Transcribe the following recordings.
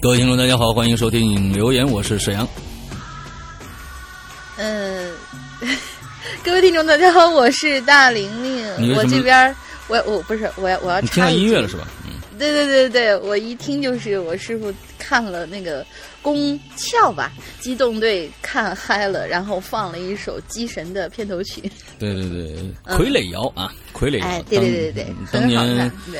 各位听众大家好，欢迎收听影留言，我是沈阳。 各位听众大家好，我是大玲玲。我这边我不是我要你听到音乐了是吧？ 对，我一听就是我师傅看了那个宫壳吧，机动队看嗨了，然后放了一首机神的片头曲。 对，傀儡摇啊，傀儡摇。 哎，对， 当年很好看，对。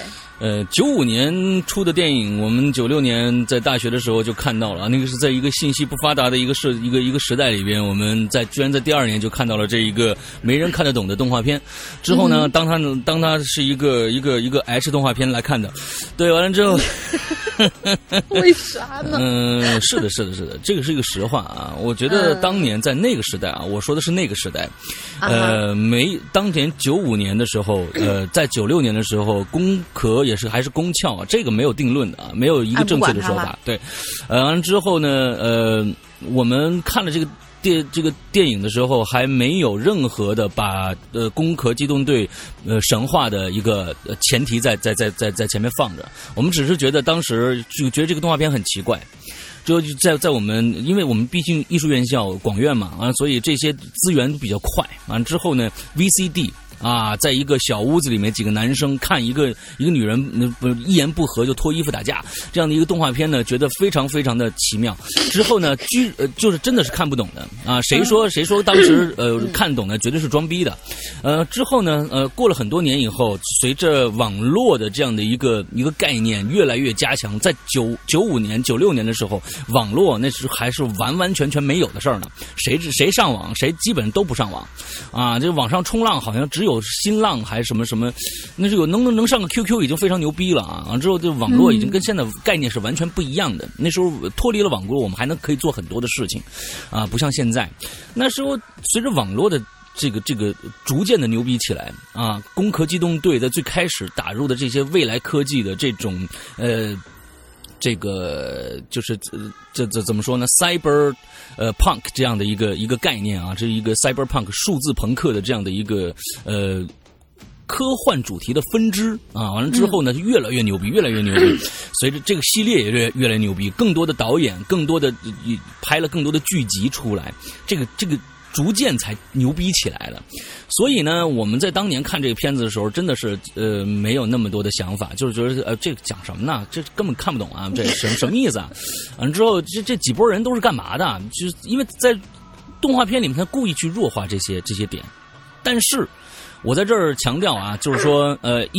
95年出的电影，我们96年在大学的时候就看到了，那个是在一个信息不发达的一个时代里边，我们居然在第2年就看到了这一个没人看得懂的动画片。之后呢，当它是一个 H 动画片来看的，对，完了之后， 为啥呢？ 是的，这个是一个实话啊。我觉得当年在那个时代啊，我说的是那个时代，当年95年的时候，在96年的时候，宫壳还是宫壳啊，这个没有定论的啊，没有一个正确的说法。对，完了之后呢，我们看了这个电影的时候，还没有任何的把攻壳机动队神话的一个前提在前面放着。我们只是觉得当时就觉得这个动画片很奇怪。就在我们，因为我们毕竟艺术院校广院嘛啊，所以这些资源比较快。完了之后呢 ，VCD。啊，在一个小屋子里面，几个男生看一个女人一言不合就脱衣服打架这样的一个动画片呢，觉得非常非常的奇妙。之后呢，就是真的是看不懂的啊！谁说当时看懂的绝对是装逼的。之后呢，过了很多年以后，随着网络的这样的一个概念越来越加强，在95年、96年的时候，网络那时还是完完全全没有的事儿呢。谁上网，谁基本都不上网啊！这网上冲浪好像只有新浪还是什么，那是有能上个 QQ 已经非常牛逼了啊！之后这网络已经跟现在概念是完全不一样的。那时候脱离了网络，我们还可以做很多的事情啊，不像现在。那时候随着网络的这个逐渐的牛逼起来啊，攻壳机动队在最开始打入的这些未来科技的这种这个就是这怎么说呢 ？cyber punk 这样的一个概念啊，这是一个 cyber punk 数字朋克的这样的一个科幻主题的分支啊。完了之后呢，越来越牛逼，越来越牛逼。随着这个系列也越来越牛逼，更多的导演，更多的拍了更多的剧集出来，这个逐渐才牛逼起来了。所以呢，我们在当年看这个片子的时候，真的是没有那么多的想法，就是觉得这个讲什么呢？这根本看不懂啊，这什么意思啊？完了之后，这几拨人都是干嘛的？就是因为在动画片里面，他故意去弱化这些点。但是我在这儿强调啊，就是说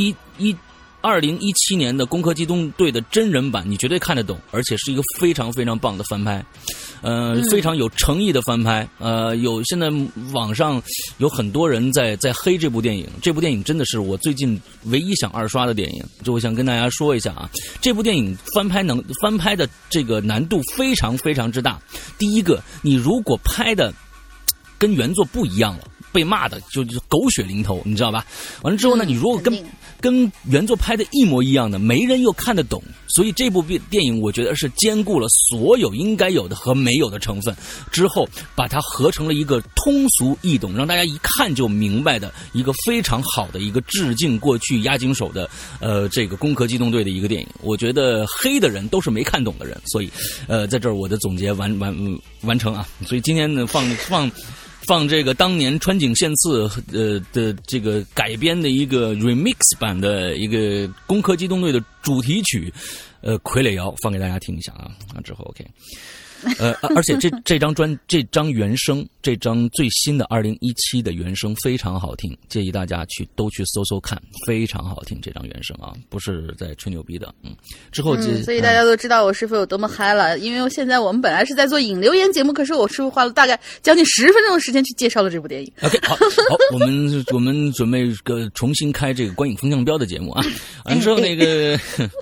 2017年的攻壳机动队的真人版，你绝对看得懂，而且是一个非常非常棒的翻拍，非常有诚意的翻拍。现在网上有很多人在黑这部电影，这部电影真的是我最近唯一想二刷的电影。就我想跟大家说一下啊，这部电影翻拍的这个难度非常非常之大。第一个，你如果拍的跟原作不一样了，被骂的就狗血淋头，你知道吧？完了之后呢，你如果跟原作拍的一模一样的，没人又看得懂。所以这部电影我觉得是兼顾了所有应该有的和没有的成分，之后把它合成了一个通俗易懂，让大家一看就明白的一个非常好的一个致敬过去押井守的这个攻壳机动队的一个电影。我觉得黑的人都是没看懂的人，所以在这儿我的总结完成啊。所以今天呢放这个当年川井宪次的这个改编的一个 remix 版的一个攻壳机动队的主题曲傀儡摇，放给大家听一下啊。之后 OK。而且这张原声，这张最新的2017的原声非常好听，建议大家都去搜看，非常好听这张原声啊，不是在吹牛逼的。之后所以大家都知道我师傅有多么嗨了，因为现在我们本来是在做影留言节目，可是我师傅花了大概将近10分钟的时间去介绍了这部电影。 OK， 好，我们准备重新开这个观影风向标的节目啊。完之后那个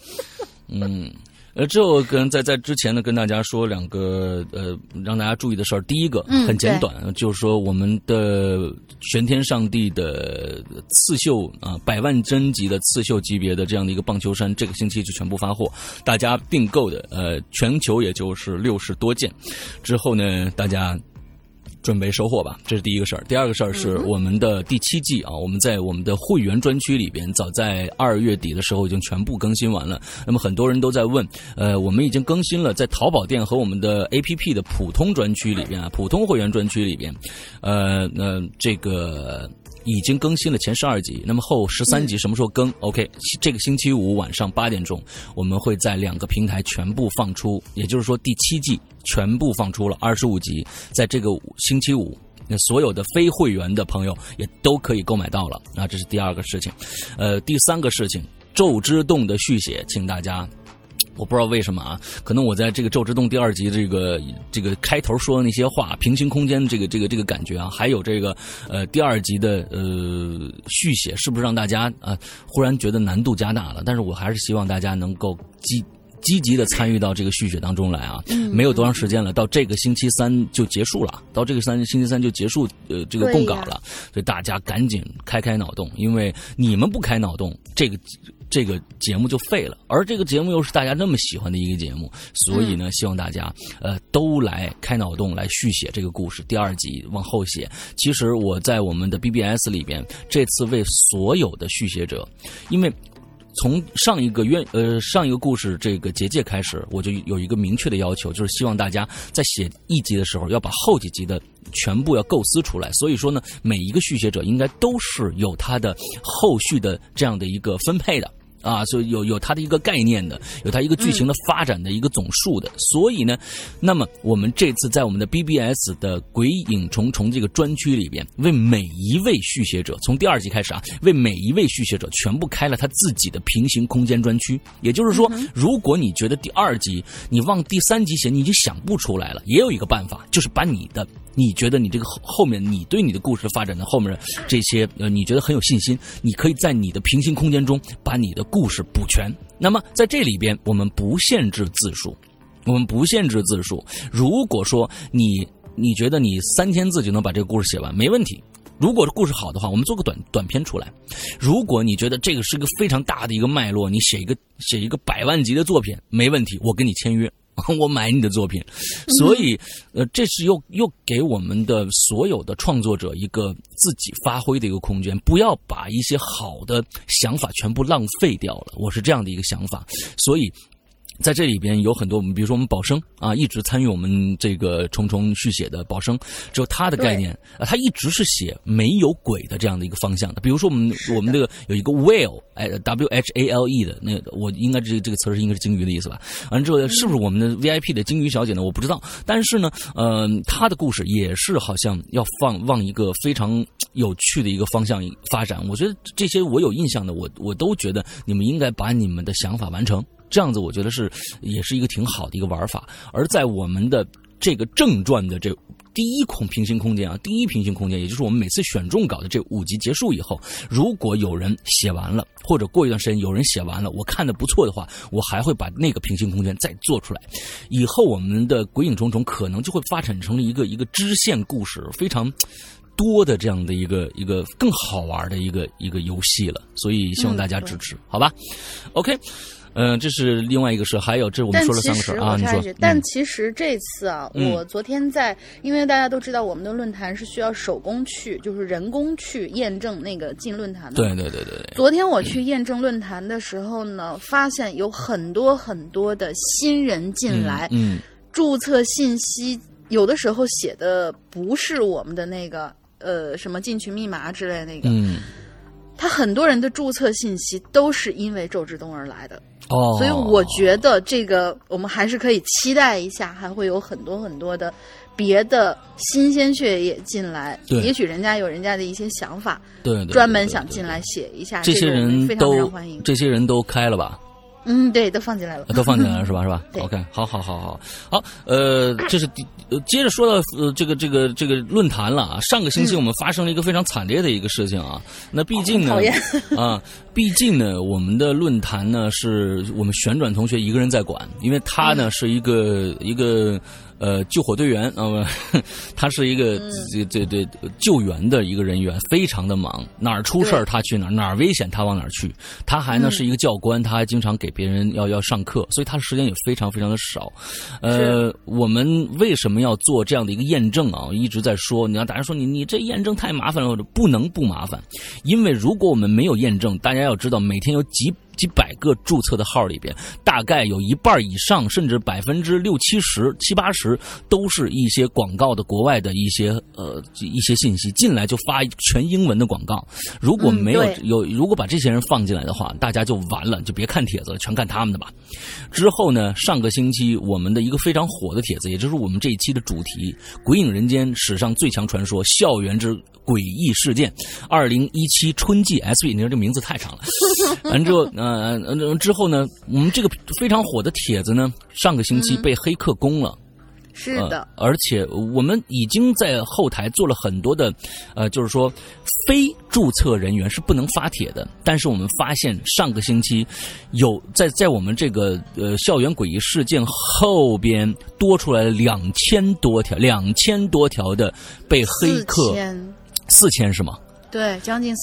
之后在之前呢，跟大家说两个让大家注意的事儿。第一个很简短，就是说我们的玄天上帝的刺绣啊，100万帧级的刺绣级别的这样的一个棒球衫，这个星期就全部发货，大家订购的全球也就是60多件。之后呢，大家准备收获吧，这是第一个事儿。第二个事儿是我们的第7季啊，我们在我们的会员专区里边，早在2月底的时候已经全部更新完了。那么很多人都在问，我们已经更新了在淘宝店和我们的 APP 的普通专区里边啊，普通会员专区里边，这个已经更新了前12集，那么后13集什么时候更？OK， 这个星期五晚上8点钟，我们会在2个平台全部放出，也就是说第7季全部放出了25集，在这个星期五，所有的非会员的朋友也都可以购买到了。那这是第2个事情。第3个事情，《咒之洞》的续写，请大家。我不知道为什么啊，可能我在这个《咒之洞》第2集这个开头说的那些话，平行空间这个感觉啊，还有这个第2集的续写，是不是让大家忽然觉得难度加大了？但是我还是希望大家能够积极的参与到这个续写当中来啊！没有多长时间了，到这个星期3就结束了，到这个星期三就结束这个供稿了，所以大家赶紧开脑洞，因为你们不开脑洞，这个节目就废了，而这个节目又是大家那么喜欢的一个节目，所以呢，希望大家都来开脑洞，来续写这个故事，第2集往后写。其实我在我们的 BBS 里边，这次为所有的续写者，因为从上一个故事这个结界开始，我就有一个明确的要求，就是希望大家在写1集的时候要把后几集的全部要构思出来。所以说呢，每一个续写者应该都是有他的后续的这样的一个分配的。所以有它的一个概念的，有它一个剧情的发展的一个总数的。所以呢，那么我们这次在我们的 BBS 的鬼影重重这个专区里边，为每一位续写者，从第2集开始啊，为每一位续写者全部开了他自己的平行空间专区。也就是说，如果你觉得第2集你往第3集写，你已经想不出来了，也有一个办法，就是把你觉得你这个后面你对你的故事发展的后面这些你觉得很有信心，你可以在你的平行空间中把你的故事补全。那么在这里边我们不限制字数，如果说你觉得你3000字就能把这个故事写完，没问题。如果故事好的话，我们做个短篇出来。如果你觉得这个是个非常大的一个脉络，你写一个100万级的作品，没问题，我跟你签约。我买你的作品。所以这是又给我们的所有的创作者一个自己发挥的一个空间，不要把一些好的想法全部浪费掉了，我是这样的一个想法。所以在这里边有很多，比如说我们宝生啊，一直参与我们这个重重续写的宝生，只有他的概念他一直是写没有鬼的这样的一个方向的。比如说我们这个有一个 whale WHALE 的那个，我应该这个词应该是鲸鱼的意思吧？完了之后是不是我们的 VIP 的鲸鱼小姐呢？我不知道，但是呢，他的故事也是好像要往一个非常有趣的一个方向发展。我觉得这些我有印象的，我都觉得你们应该把你们的想法完成。这样子我觉得也是一个挺好的一个玩法。而在我们的这个正传的这第一平行空间，也就是我们每次选中稿的这5集结束以后，如果有人写完了，或者过一段时间有人写完了，我看的不错的话，我还会把那个平行空间再做出来。以后我们的鬼影重重可能就会发展成了一个支线故事非常多的这样的一个更好玩的一个游戏了。所以希望大家支持，好吧 ？OK。这是另外一个事，还有这我们说了3个事啊。你说， 但其实这次啊，我昨天因为大家都知道我们的论坛是需要手工去，就是人工去验证那个进论坛的。对。昨天我去验证论坛的时候呢，发现有很多很多的新人进来，注册信息有的时候写的不是我们的那个什么进群密码之类的那个，他很多人的注册信息都是因为咒之洞而来的。所以我觉得这个我们还是可以期待一下，还会有很多很多的别的新鲜血也进来。也许人家有人家的一些想法，对，专门想进来写一下。 这些人非常非常欢迎。 这些人都开了吧？ 对，都放进来了， 是吧？对 OK， 好，这是接着说到这个论坛了啊。上个星期我们发生了一个非常惨烈的一个事情啊。那毕竟呢，毕竟呢，我们的论坛呢是我们旋转同学一个人在管，因为他呢是一个救火队员他是一个对救援的一个人员，非常的忙，哪儿出事儿他去哪儿，哪儿危险他往哪儿去。他还呢是一个教官，他还经常给别人要上课，所以他的时间也非常非常的少。我们为什么要做这样的一个验证啊？一直在说，你让大家说你这验证太麻烦了，或者不能不麻烦，因为如果我们没有验证，大家要知道每天有几百个注册的号里边，大概有一半以上，甚至60%、70%、70%都是一些广告的国外的一些信息进来，就发全英文的广告。如果没有如果把这些人放进来的话，大家就完了，就别看帖子了，全看他们的吧。之后呢，上个星期我们的一个非常火的帖子，也就是我们这一期的主题《鬼影人间史上最强传说：校园之诡异事件》2017春季 SP， 你说这名字太长了。完之后呢，我们这个非常火的帖子呢，上个星期被黑客攻了。 是的， 而且我们已经在后台做了很多的，就是说非注册人员是不能发帖的。但是我们发现上个星期有在我们这个校园诡异事件后边多出来了2000多条的被黑客4000是吗？ 对，将近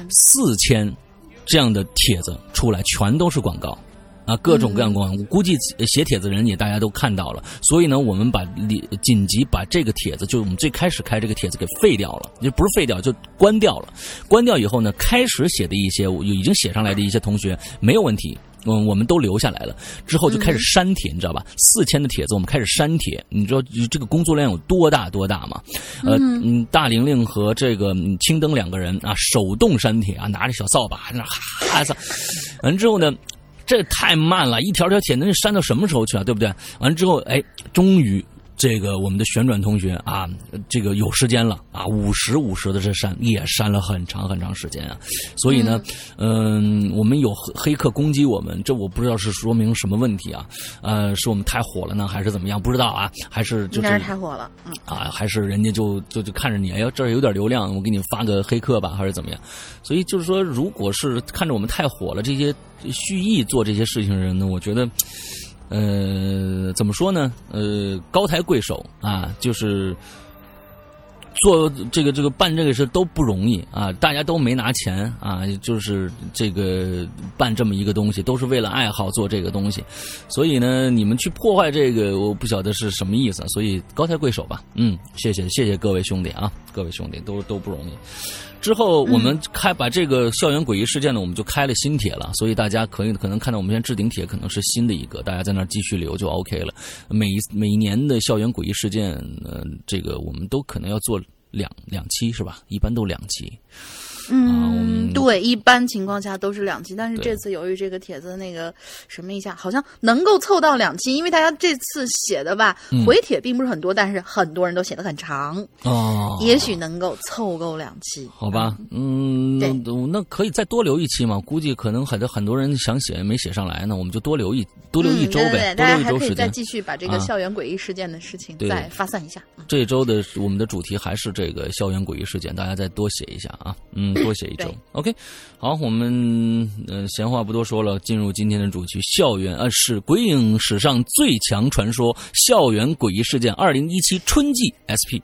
4000 这样的帖子出来，全都是广告。各种各样广告，我估计写帖子人也大家都看到了，所以呢，我们紧急把这个帖子，就我们最开始开这个帖子给废掉了，就不是废掉，就关掉了。关掉以后呢，开始写的一些已经写上来的一些同学没有问题，我们都留下来了。之后就开始删帖，你知道吧？4000的帖子我们开始删帖，你知道这个工作量有多大吗？大玲玲和这个青灯两个人啊，手动删帖啊，拿着小扫把那完之后呢。这太慢了，一条条帖能删到什么时候去啊？对不对？完了之后，终于这个我们的旋转同学啊，这个有时间了啊，50的这删也删了很长时间啊。所以呢，我们有黑客攻击我们，这我不知道是说明什么问题啊？是我们太火了呢，还是怎么样？不知道啊，还是就是应该是太火了， 还是人家就看着你，哎呀，这儿有点流量，我给你发个黑客吧，还是怎么样？所以就是说，如果是看着我们太火了，这些蓄意做这些事情的人呢，我觉得。怎么说呢？高抬贵手啊，就是做这个办这个事都不容易啊，大家都没拿钱啊，就是这个办这么一个东西，都是为了爱好做这个东西，所以呢，你们去破坏这个，我不晓得是什么意思，所以高抬贵手吧。谢谢各位兄弟啊，各位兄弟都不容易。之后我们把这个校园诡异事件呢，我们就开了新帖了，所以大家可能看到我们现在置顶帖可能是新的一个，大家在那儿继续留就 OK 了。每一年的校园诡异事件，这个我们都可能要做两期是吧？一般都2期。 对，一般情况下都是2期，但是这次由于这个帖子那个什么一下，好像能够凑到2期，因为大家这次写的吧，回帖并不是很多，但是很多人都写得很长也许能够凑够2期， 好吧？那可以再多留1期嘛？估计可能很多人想写没写上来呢，我们就多留一周呗， 大家还可以再继续把这个校园诡异事件的事情再发散一下。 这一周的我们的主题还是这个校园诡异事件，大家再多写一下啊。多写1周。OK， 好，我们闲话不多说了，进入今天的主题，是鬼影史上最强传说校园诡异事件2017春季 SP。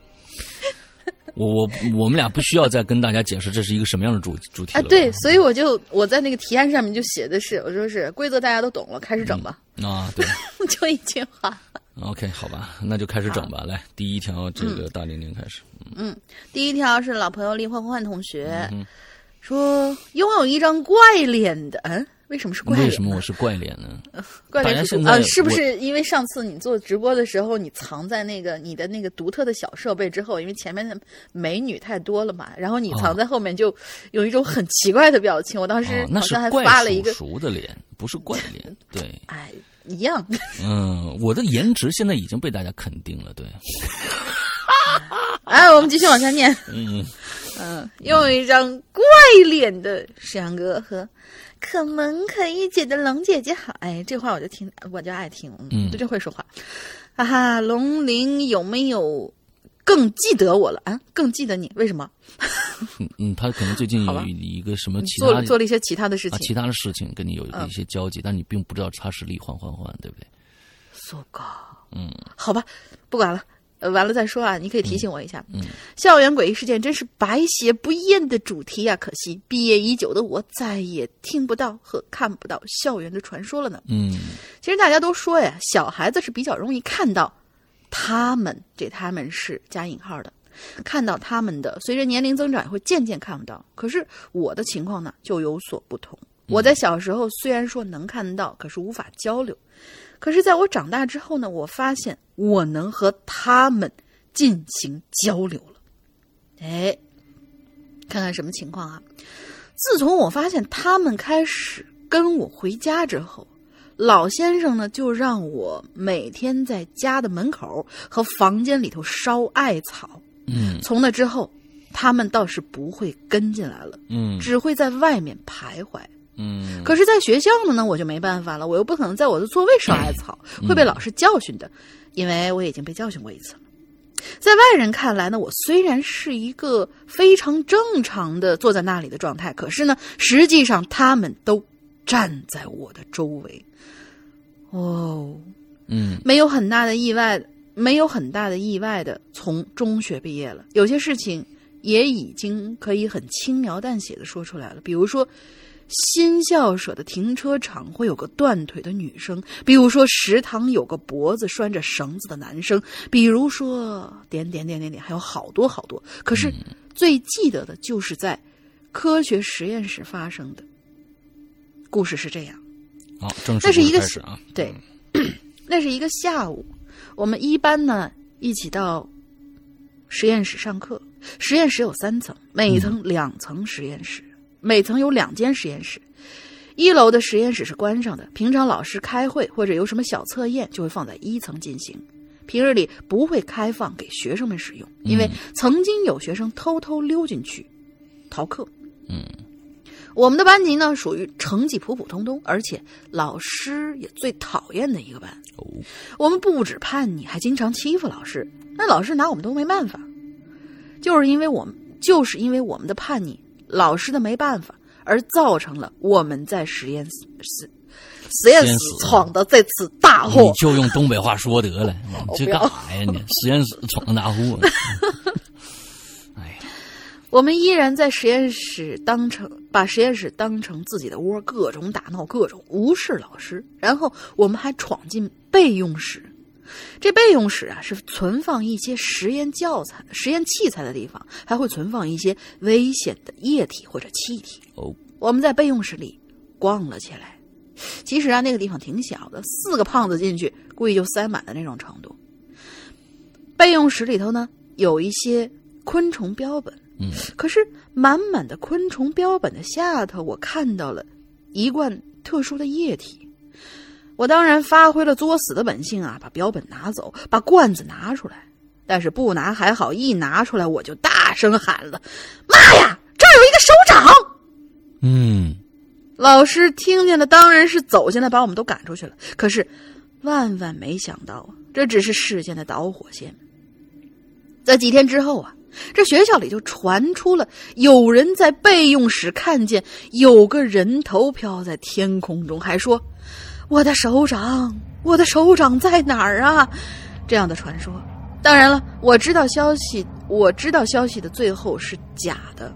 我们俩不需要再跟大家解释这是一个什么样的主题了。 对，所以我在那个提案上面就写的是，我说是规则大家都懂了，开始整吧。对，就一句话。 OK， 好吧，那就开始整吧。来，第一条，这个大玲玲开始。 第一条是老朋友厉欢欢同学说，拥有一张怪脸的，为什么是怪脸？ 为什么我是怪脸呢？ 怪脸是不是因为上次你做直播的时候，你藏在你的那个独特的小设备之后，因为前面的美女太多了嘛，然后你藏在后面就有一种很奇怪的表情。我当时好像还发了一个熟的脸，不是怪脸，对， 一样。 我的颜值现在已经被大家肯定了，对。 我们继续往下念。拥有一张怪脸的石阳哥和可萌可一姐的龙姐姐好。这话我就爱听，就真会说话。哈哈，龙鳞有没有更记得我了啊？更记得你？为什么？ 他可能最近有一个什么做了一些其他的事情， 其他的事情跟你有一些交集，但你并不知道他是厉欢欢欢，对不对？ So god。 好吧，不管了。完了再说啊，你可以提醒我一下。校园诡异事件真是百写不厌的主题啊！可惜毕业已久的我再也听不到和看不到校园的传说了呢。其实大家都说呀，小孩子是比较容易看到他们，这他们是加引号的，看到他们的，随着年龄增长也会渐渐看不到。可是我的情况呢就有所不同。我在小时候虽然说能看到，可是无法交流。可是在我长大之后呢，我发现我能和他们进行交流了。看看什么情况啊？自从我发现他们开始跟我回家之后，老先生呢就让我每天在家的门口和房间里头烧艾草。从那之后他们倒是不会跟进来了，只会在外面徘徊。可是在学校呢我就没办法了，我又不可能在我的座位烧艾草，会被老师教训的，因为我已经被教训过一次了。在外人看来呢，我虽然是一个非常正常的坐在那里的状态，可是呢实际上他们都站在我的周围。没有很大的意外的从中学毕业了，有些事情也已经可以很轻描淡写的说出来了。比如说新校舍的停车场会有个断腿的女生，比如说食堂有个脖子拴着绳子的男生，比如说点，还有好多好多。可是最记得的就是在科学实验室发生的故事是这样。 正式开始啊。 对，那是一个下午，我们一班呢一起到实验室上课。实验室有3层，每层2层实验室，每层有2间实验室。1楼的实验室是关上的，平常老师开会或者有什么小测验就会放在1层进行，平日里不会开放给学生们使用，因为曾经有学生偷偷溜进去逃课。我们的班级呢属于成绩普普通通，而且老师也最讨厌的一个班。我们不止叛逆，还经常欺负老师，那老师拿我们都没办法。就是因为我们的叛逆，老师的没办法，而造成了我们在实验室闯的这次大祸。 你就用东北话说得了，这干啥呀你？实验室闯的大祸。 我们依然在实验室把实验室当成自己的窝，各种打闹，各种无视老师。然后我们还闯进备用室。这备用室啊，是存放一些实验器材的地方，还会存放一些危险的液体或者气体。我们在备用室里逛了起来。其实啊，那个地方挺小的，4个胖子进去估计就塞满的那种程度。备用室里头呢有一些昆虫标本，可是满满的昆虫标本的下头，我看到了一罐特殊的液体。我当然发挥了作死的本性啊，把标本拿走，把罐子拿出来。但是不拿还好，一拿出来我就大声喊了：“妈呀，这儿有一个手掌！”老师听见了，当然是走进来把我们都赶出去了。可是万万没想到啊，这只是事件的导火线。在几天之后啊，这学校里就传出了有人在备用室看见有个人头飘在天空中，还说我的手掌在哪儿啊？这样的传说。当然了，我知道消息的最后是假的，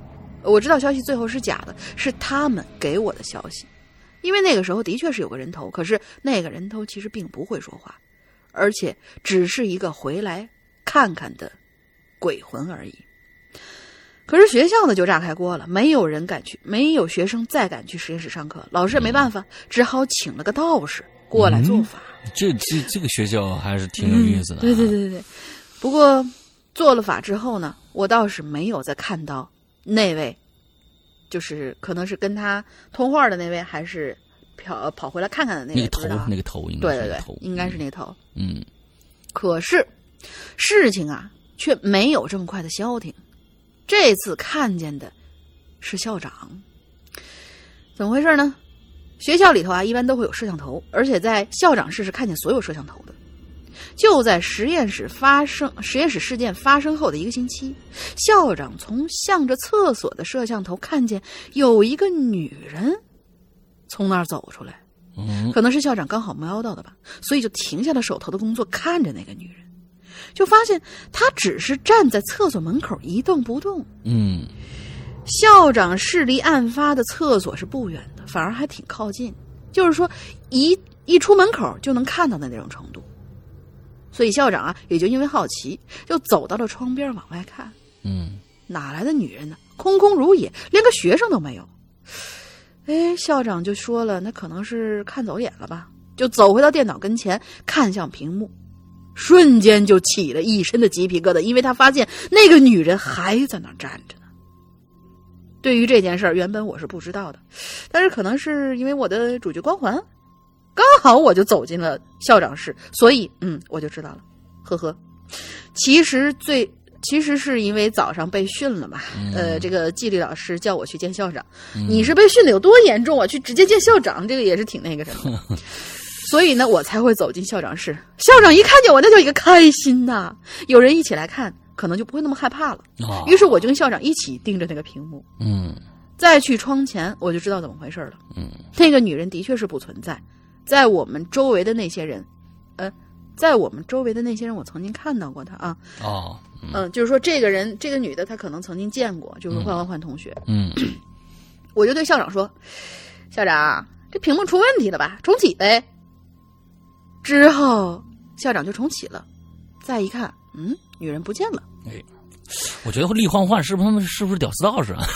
是他们给我的消息。因为那个时候的确是有个人头，可是那个人头其实并不会说话，而且只是一个回来看看的鬼魂而已。可是学校呢就炸开锅了，没有学生再敢去实验室上课，老师也没办法，只好请了个道士过来做法。 这个学校还是挺有意思的。 对。不过做了法之后呢，我倒是没有再看到那位，就是可能是跟他通话的那位，还是跑回来看看的那位。 那个头应该是那个头。 对，应该是那个头。可是事情啊却没有这么快的消停。这次看见的是校长。怎么回事呢？学校里头啊一般都会有摄像头，而且在校长室是看见所有摄像头的。就在实验室事件发生后的1个星期，校长从向着厕所的摄像头看见有一个女人从那儿走出来。 可能是校长刚好瞄到的吧，所以就停下了手头的工作，看着那个女人，就发现她只是站在厕所门口一动不动。校长室离案发的厕所是不远的，反而还挺靠近，就是说一出门口就能看到的那种程度。所以校长啊，也就因为好奇，就走到了窗边往外看。哪来的女人呢？空空如也，连个学生都没有。校长就说了，那可能是看走眼了吧，就走回到电脑跟前，看向屏幕，瞬间就起了一身的鸡皮疙瘩，因为他发现那个女人还在那儿站着呢。对于这件事儿，原本我是不知道的，但是可能是因为我的主角光环，刚好我就走进了校长室，所以我就知道了。呵呵，其实是因为早上被训了嘛，这个纪律老师叫我去见校长。你是被训的有多严重啊？去直接见校长，这个也是挺那个什么。所以呢，我才会走进校长室。校长一看见我，那叫一个开心呐！有人一起来看，可能就不会那么害怕了。于是我就跟校长一起盯着那个屏幕。再去窗前，我就知道怎么回事了。那个女人的确是不存在，在我们周围的那些人，我曾经看到过她啊。就是说这个女的，她可能曾经见过，就是换换同学。我就对校长说：“校长，这屏幕出问题了吧？重启呗。”之后校长就重启了，再一看，女人不见了。 我觉得厉换换是不是屌丝道士啊？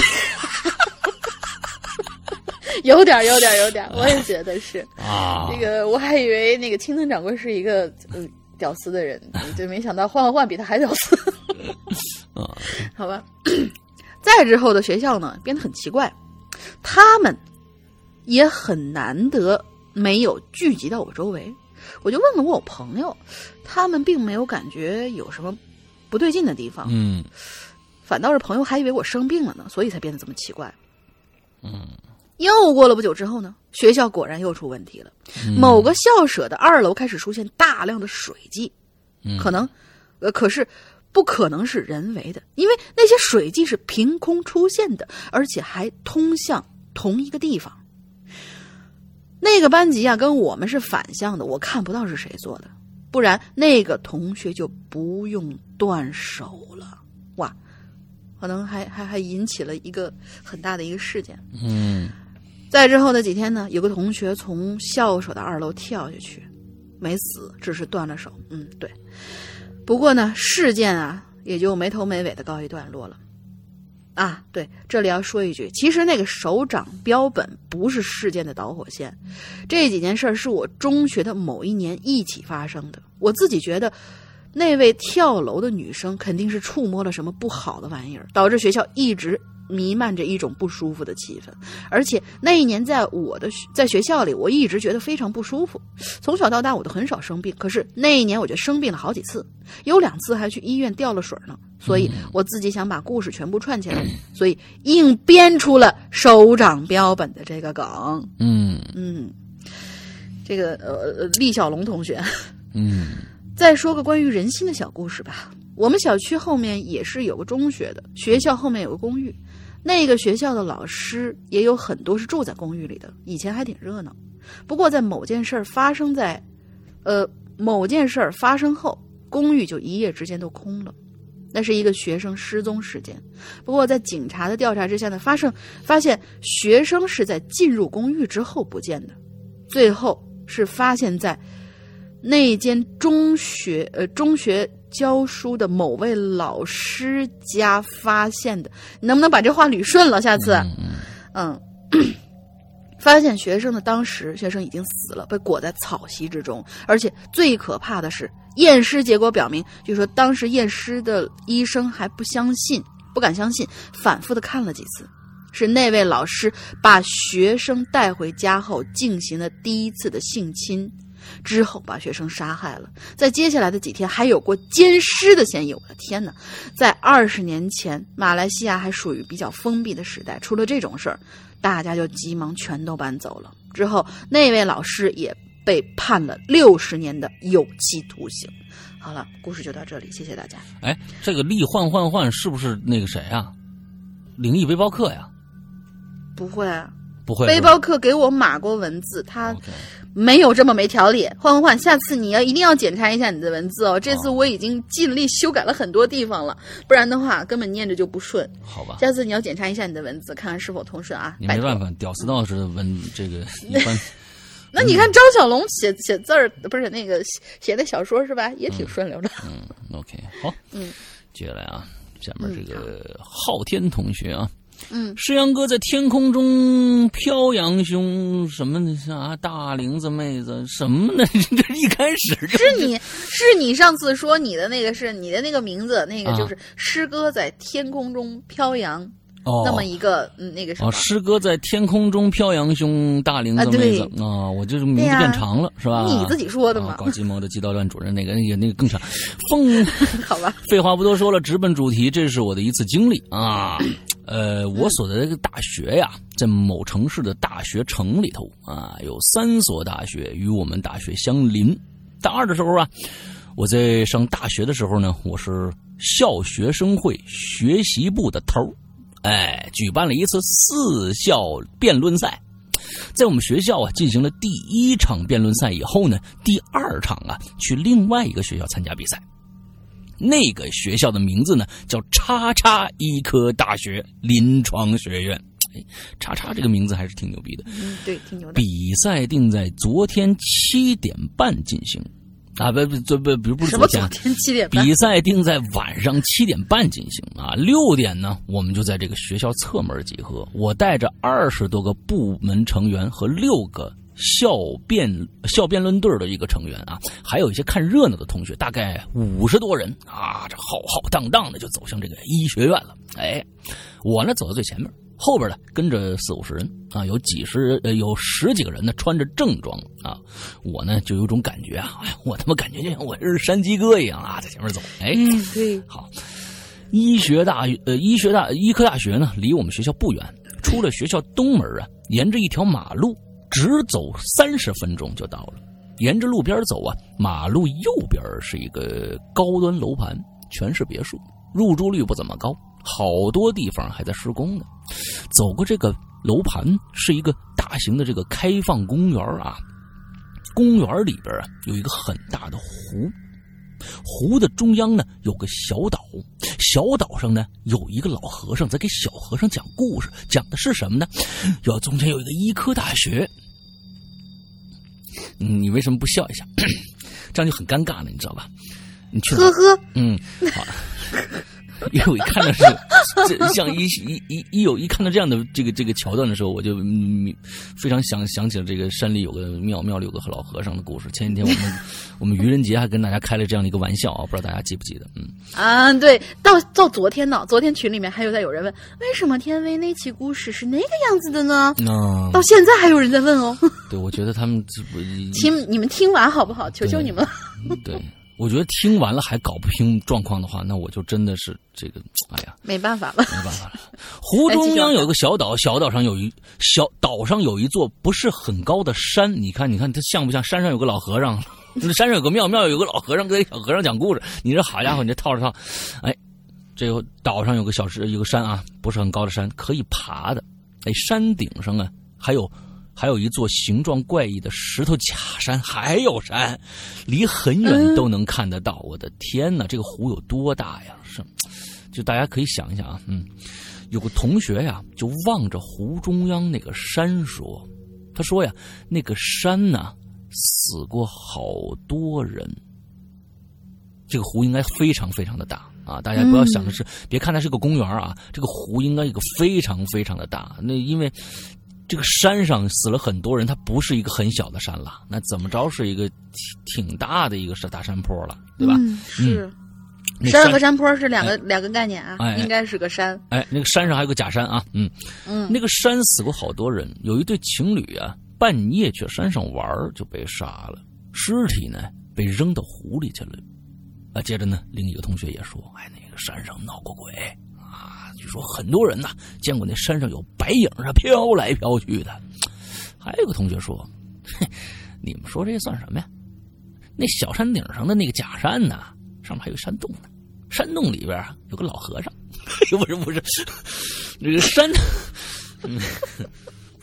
有点，我也觉得是啊。这个我还以为那个青藤掌柜是一个屌丝的人，对，没想到换换比他还屌丝。好吧。再之后的学校呢，变得很奇怪，他们也很难得没有聚集到我周围。我就问了我朋友，他们并没有感觉有什么不对劲的地方。反倒是朋友还以为我生病了呢，所以才变得这么奇怪。又过了不久之后呢，学校果然又出问题了。某个校舍的2楼开始出现大量的水迹，可是不可能是人为的，因为那些水迹是凭空出现的，而且还通向同一个地方。那个班级啊，跟我们是反向的，我看不到是谁做的，不然那个同学就不用断手了。哇，可能还引起了一个很大的一个事件。再之后的几天呢，有个同学从校舍的2楼跳下去，没死，只是断了手。对。不过呢，事件啊也就没头没尾的告一段落了。啊，对，这里要说一句，其实那个首长标本不是事件的导火线，这几件事是我中学的某一年一起发生的。我自己觉得那位跳楼的女生肯定是触摸了什么不好的玩意儿，导致学校一直弥漫着一种不舒服的气氛。而且那一年在学校里，我一直觉得非常不舒服。从小到大我都很少生病，可是那一年我就生病了好几次，有2次还去医院吊了水呢。所以我自己想把故事全部串起来，所以硬编出了首长标本的这个梗。这个厉小龙同学。再说个关于人心的小故事吧。我们小区后面也是有个中学的，学校后面有个公寓，那个学校的老师也有很多是住在公寓里的，以前还挺热闹。不过在某件事发生后，公寓就一夜之间都空了。那是一个学生失踪事件，不过在警察的调查之下呢，发现学生是在进入公寓之后不见的，最后是发现在那间中学教书的某位老师家发现的。你能不能把这话捋顺了？下次，发现学生的当时，学生已经死了，被裹在草席之中。而且最可怕的是，验尸结果表明，就是说当时验尸的医生还不敢相信，反复的看了几次。是那位老师把学生带回家后进行了第一次的性侵，之后把学生杀害了。在接下来的几天还有过奸尸的嫌疑。我的天哪，在20年前马来西亚还属于比较封闭的时代，出了这种事儿，大家就急忙全都搬走了。之后那位老师也被判了60年的有期徒刑。好了，故事就到这里，谢谢大家。 这个厉换是不是那个谁啊？灵异背包客呀？ 不会啊， 不会。 背包客给我码过文字，他没有这么没条理。换，下次你一定要检查一下你的文字哦。这次我已经尽力修改了很多地方了，不然的话根本念着就不顺。 好吧， 下次你要检查一下你的文字，看看是否通顺啊。 你没办法，屌丝道士的这个一般。 那你看张小龙写字儿，不是那个写的小说是吧？也挺顺溜的。 OK， 好。接下来啊，下面这个昊天同学啊。诗阳哥在天空中飘扬兄什么啥大玲子妹子什么呢？这一开始是你上次说你的那个是你的那个名字，那个就是诗歌在天空中飘扬。那么一个那个什么诗歌在天空中飘扬兄大玲子妹子我这名字变长了，是吧？ 你自己说的嘛。 搞计谋的机道乱主任那个更长。 好吧。 废话不多说了，直奔主题。这是我的一次经历啊。我所在的这个大学呀，在某城市的大学城里头啊，有3所大学与我们大学相邻。大二的时候啊，我在上大学的时候呢，我是校学生会学习部的头。举办了一次4校辩论赛。在我们学校啊进行了第1场辩论赛以后呢，第2场啊去另外一个学校参加比赛。那个学校的名字呢叫叉叉医科大学临床学院。叉叉这个名字还是挺牛逼的。 对，挺牛的。 比赛定在昨天7点半进行。不是什么昨天7点半？ 比赛定在晚上7点半进行啊。6点呢，我们就在这个学校侧门集合。我带着20多个部门成员和6个校辩论队的一个成员啊，还有一些看热闹的同学，大概50多人啊，这浩浩荡荡的就走向这个医学院了。我呢走到最前面。后边呢跟着40-50人啊，有10几个人呢穿着正装啊，我呢就有种感觉啊，我他妈感觉就像我是山鸡哥一样啊，在前面走。 对， 好。医科大学呢离我们学校不远，出了学校东门啊，沿着一条马路直走30分钟就到了。沿着路边走啊，马路右边是一个高端楼盘，全是别墅，入住率不怎么高，好多地方还在施工呢。走过这个楼盘是一个大型的这个开放公园啊，公园里边啊有一个很大的湖，湖的中央呢有个小岛，小岛上呢有一个老和尚在给小和尚讲故事，讲的是什么呢？中间有一个医科大学。你为什么不笑一下？这样就很尴尬了，你知道吧？你去呵呵。 好。因为我一看到像一看到这样的这个桥段的时候，我就非常想起了这个山里有个庙里有个老和尚的故事。前几天我们愚人节还跟大家开了这样的一个玩笑啊，不知道大家记不记得？ 对，到昨天呢，昨天群里面还有人问，为什么天威那期故事是那个样子的呢？到现在还有人在问哦。 对，我觉得他们你们听完好不好？求求你们了。 对。我觉得听完了还搞不清状况的话，那我就真的是这个， 没办法了。 湖中央有一个小岛，小岛上有一座不是很高的山。你看，它像不像山上有个老和尚？山上有个庙有个老和尚给小和尚讲故事。你这好家伙，你这套着套，这个岛上有个山啊，不是很高的山，可以爬的。山顶上啊还有一座形状怪异的石头假山，还有山，离很远都能看得到。我的天哪，这个湖有多大呀？就大家可以想一想啊，有个同学呀，就望着湖中央那个山说，他说呀，那个山呢，死过好多人。这个湖应该非常非常的大啊！大家不要想的是，别看它是个公园啊，这个湖应该一个非常非常的大。那因为这个山上死了很多人，它不是一个很小的山了，那怎么着是一个挺大的一个大山坡了，对吧？ 是。山和山坡是两个概念啊，应该是个山。 那个山上还有个假山啊，那个山死过好多人，有一对情侣啊，半夜去山上玩就被杀了，尸体呢被扔到湖里去了。接着呢，另一个同学也说，那个山上闹过鬼啊，据说很多人呢见过那山上有白影啊飘来飘去的。还有个同学说，你们说这算什么呀？那小山顶上的那个假山呢，上面还有山洞呢，山洞里边有个老和尚。不是，这个山，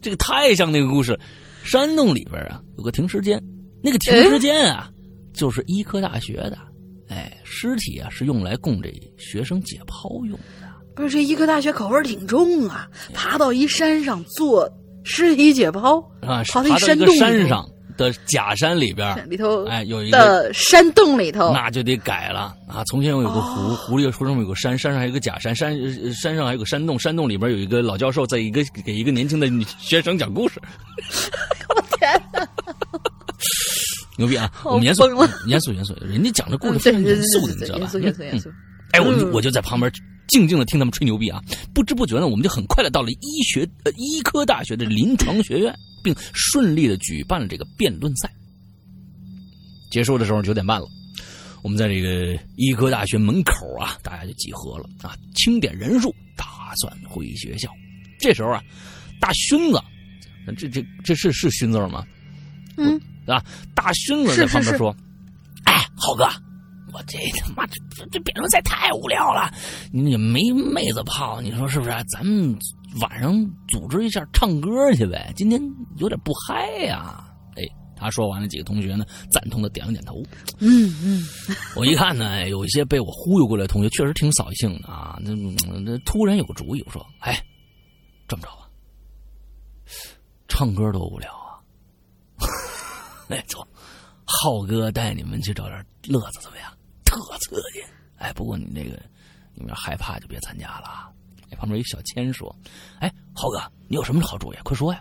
这个太像那个故事。山洞里边啊有个停尸间，那个停尸间啊就是医科大学的。尸体啊是用来供这学生解剖用的。 不是，这医科大学口味挺重啊，爬到一山上做尸体解剖啊， 爬到一个山上的假山里边头， 有一个山洞里头， 那就得改了啊！从前有个湖，湖里上面有个山，山上还有个假山，山上还有个山洞，山洞里边有一个老教授在给一个年轻的学生讲故事。 我天哪！ 牛逼啊！我们严肃，人家讲的故事非常严肃的，你知道吧？ 严肃。 我就在旁边静静的听他们吹牛逼啊！不知不觉呢，我们就很快的到了医科大学的临床学院，并顺利的举办了这个辩论赛。结束的时候9点半了，我们在这个医科大学门口啊，大家就集合了啊，清点人数，打算回学校。这时候啊，大勋子，这是勋字吗？啊，大勋子在旁边说：“哎，浩哥，我这他妈这辩论赛太无聊了，你也没妹子泡，你说是不是？咱们晚上组织一下唱歌去呗，今天有点不嗨呀。”他说完了，几个同学呢赞同的点了点头。我一看呢，有一些被我忽悠过来的同学确实挺扫兴的啊。那突然有个主意，我说：“哎，这么着吧，唱歌多无聊啊。没错，浩哥带你们去找点乐子怎么样？特刺激。不过你们害怕就别参加了。”旁边一小千说：“浩哥，你有什么好主意？快说呀！”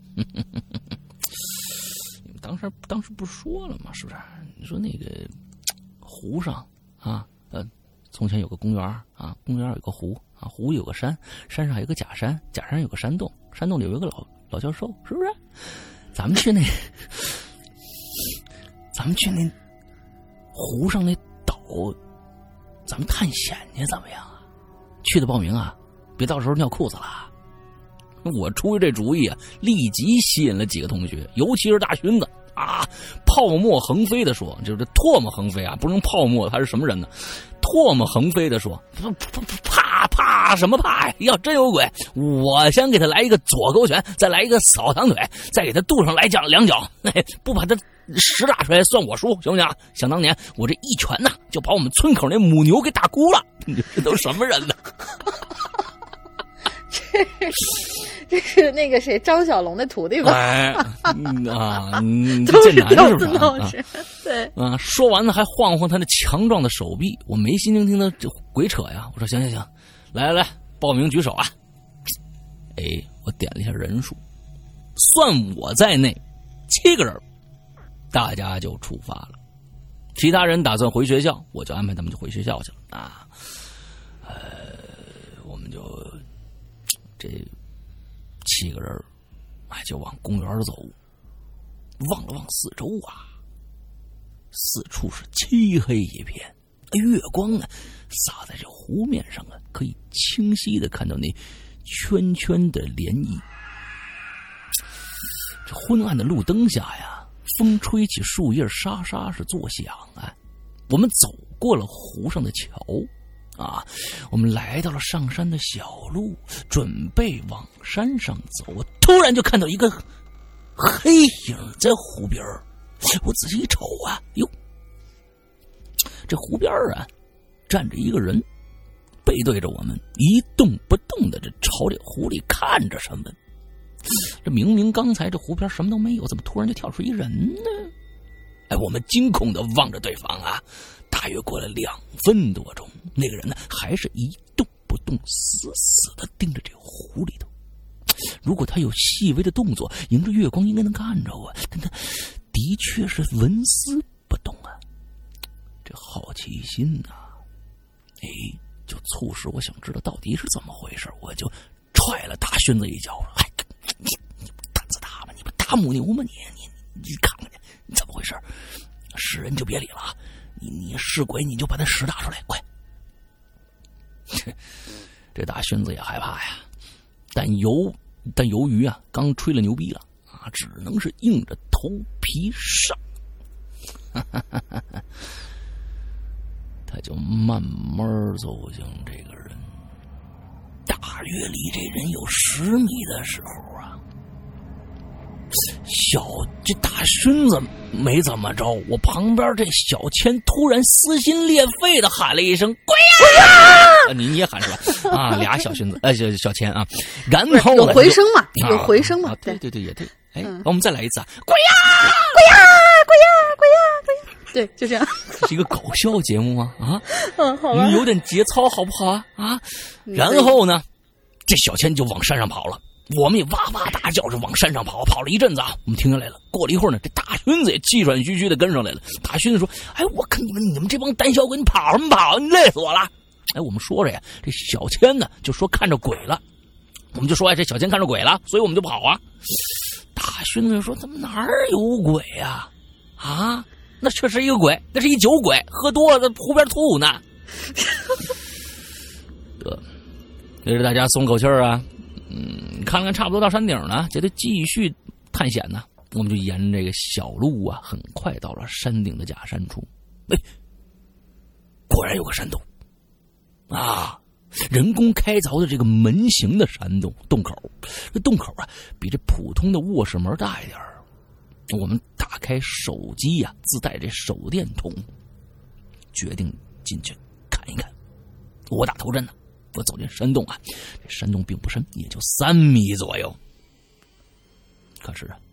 当时不是说了吗？是不是？你说那个湖上啊，从前有个公园啊，公园有个湖啊，湖有个山，山上还有个假山，假山有个山洞，山洞里有一个老教授，是不是？咱们去那湖上那岛，咱们探险去怎么样啊？去的报名啊，别到时候尿裤子了。我出这主意啊，立即吸引了几个同学，尤其是大勋子啊，泡沫横飞的说，就是唾沫横飞啊，不是用泡沫，他是什么人呢？唾沫横飞的说，怕什么怕呀？要真有鬼，我先给他来一个左勾拳，再来一个扫堂腿，再给他肚上来2脚，不把他实打出来算我输，行不行？想当年我这一拳呢，就把我们村口那母牛给打哭了。这都什么人呢？ 这是那个谁张小龙的徒弟吧？ 这剑南是不是？ 对啊，说完了还晃晃他那强壮的手臂，我没心情听他这鬼扯呀。我说行，来，报名举手啊！我点了一下人数，算我在内7个人，大家就出发了。其他人打算回学校，我就安排他们就回学校去了啊。我们就这7个人就往公园走，望了望四周啊，四处是漆黑一片，月光呢洒在这湖面上啊，可以清晰的看到那圈圈的涟漪。这昏暗的路灯下呀，风吹起树叶沙沙是作响啊。我们走过了湖上的桥啊，我们来到了上山的小路，准备往山上走，我突然就看到一个黑影在湖边。我仔细一瞅啊，哟，这湖边啊站着一个人，背对着我们，一动不动的朝这湖里看着什么。这明明刚才这湖边什么都没有，怎么突然就跳出一人呢？我们惊恐的望着对方啊，大约过了2分多钟，那个人呢还是一动不动，死死的盯着这湖里头。如果他有细微的动作，迎着月光应该能看着啊，但他的确是纹丝不动啊。这好奇心啊，就促使我想知道到底是怎么回事。我就踹了大勋子一脚，你胆子大吗？你不大母牛吗？你看看去，你怎么回事？是人就别理了啊！你是鬼你就把他实打出来，快！这大勋子也害怕呀，但由于啊刚吹了牛逼了啊，只能是硬着头皮上。他就慢慢走向这个人，大约离这人有10米的时候啊， 这大勋子没怎么着，我旁边这小千突然撕心裂肺的喊了一声“鬼呀”，你也喊是吧？啊，俩小勋子，小千啊，然后有回声嘛？有回声嘛？ 对，也对。哎，我们再来一次啊！鬼呀，鬼呀，鬼呀，鬼呀，鬼呀！对，就这样。 这是一个搞笑节目吗？啊， 好吧， 你有点节操好不好啊？啊，然后呢，这小千就往山上跑了。我们也哇哇大叫着往山上跑，跑了一阵子啊，我们停下来了。过了一会儿呢，这大勋子也气喘吁吁的跟上来了。大勋子说：“哎，我看你们这帮胆小鬼，你跑什么跑？你累死我了！”哎，我们说着呀，这小千呢就说看着鬼了，我们就说这小千看着鬼了，所以我们就跑啊。大勋子说：“怎么哪儿有鬼呀？啊，那确实一个鬼，那是一酒鬼，喝多了在湖边吐呢。”给大家松口气儿啊。看差不多到山顶了，觉得继续探险呢，我们就沿这个小路啊，很快到了山顶的假山处。哎，果然有个山洞啊，人工开凿的这个门形的山洞口，这洞口啊比这普通的卧室门大一点。我们打开手机啊，自带这手电筒，决定进去看一看。我打头阵呢。我走进山洞啊，这山洞并不深，也就3米左右。可是啊，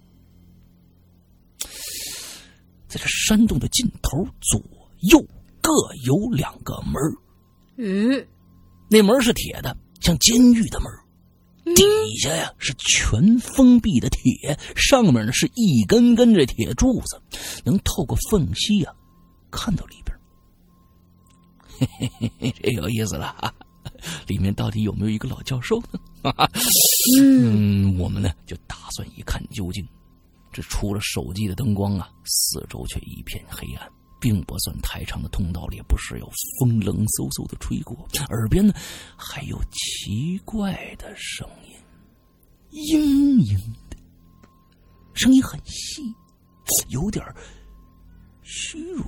在这山洞的尽头左右各有2个门。那门是铁的，像监狱的门。底下呀是全封闭的铁，上面呢是一根根这铁柱子，能透过缝隙啊看到里边。嘿嘿嘿嘿，这有意思了啊！里面到底有没有一个老教授呢？我们呢就打算一看究竟。这除了手机的灯光啊，四周却一片黑暗，并不算太长的通道里不时有风冷嗖嗖的吹过，耳边呢还有奇怪的声音，嘤嘤的声音很细，有点虚弱。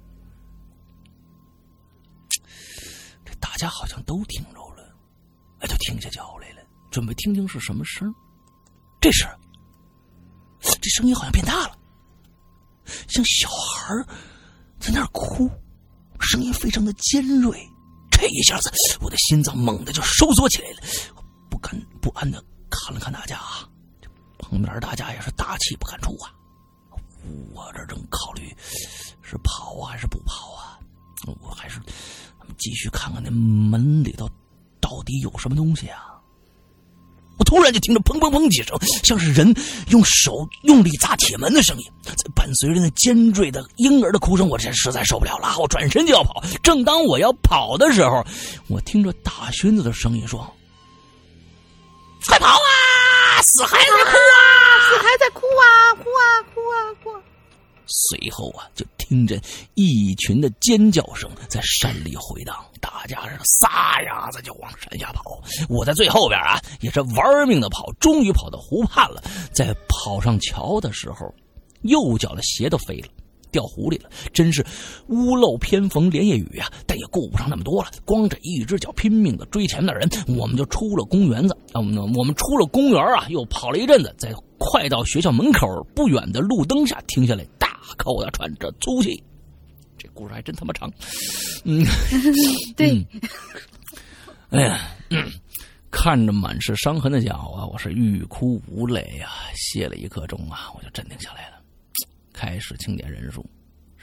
大家好像都听着了，哎，都停下脚来了，准备听听是什么声。这时，这声音好像变大了，像小孩在那儿哭，声音非常的尖锐。这一下子，我的心脏猛地就收缩起来了，不安的看了看大家啊，这旁边大家也是大气不敢出啊。我这正考虑是跑啊还是不跑啊，我还是继续看看那门里头到底有什么东西啊。我突然就听着砰砰砰几声，像是人用手用力砸铁门的声音，伴随着那尖锐的婴儿的哭声，我这实在受不了了，我转身就要跑。正当我要跑的时候，我听着大勋子的声音说：“快跑啊！死孩子哭啊！ 死孩子哭啊！哭啊！哭啊！哭啊！” 随后啊，就听着一群的尖叫声在山里回荡，大家是撒丫子就往山下跑。我在最后边啊，也是玩命的跑，终于跑到湖畔了。在跑上桥的时候，右脚的鞋都飞了，掉湖里了。真是屋漏偏逢连夜雨啊！但也顾不上那么多了，光着一只脚拼命的追前面的人，我们就出了公园子。我们出了公园啊，又跑了一阵子，在快到学校门口不远的路灯下停下来，大口的喘着粗气。这故事还真他妈长。 对。 哎呀，看着满是伤痕的脚啊，我是欲哭无泪啊。歇了一刻钟啊，我就镇定下来了，开始清点人数。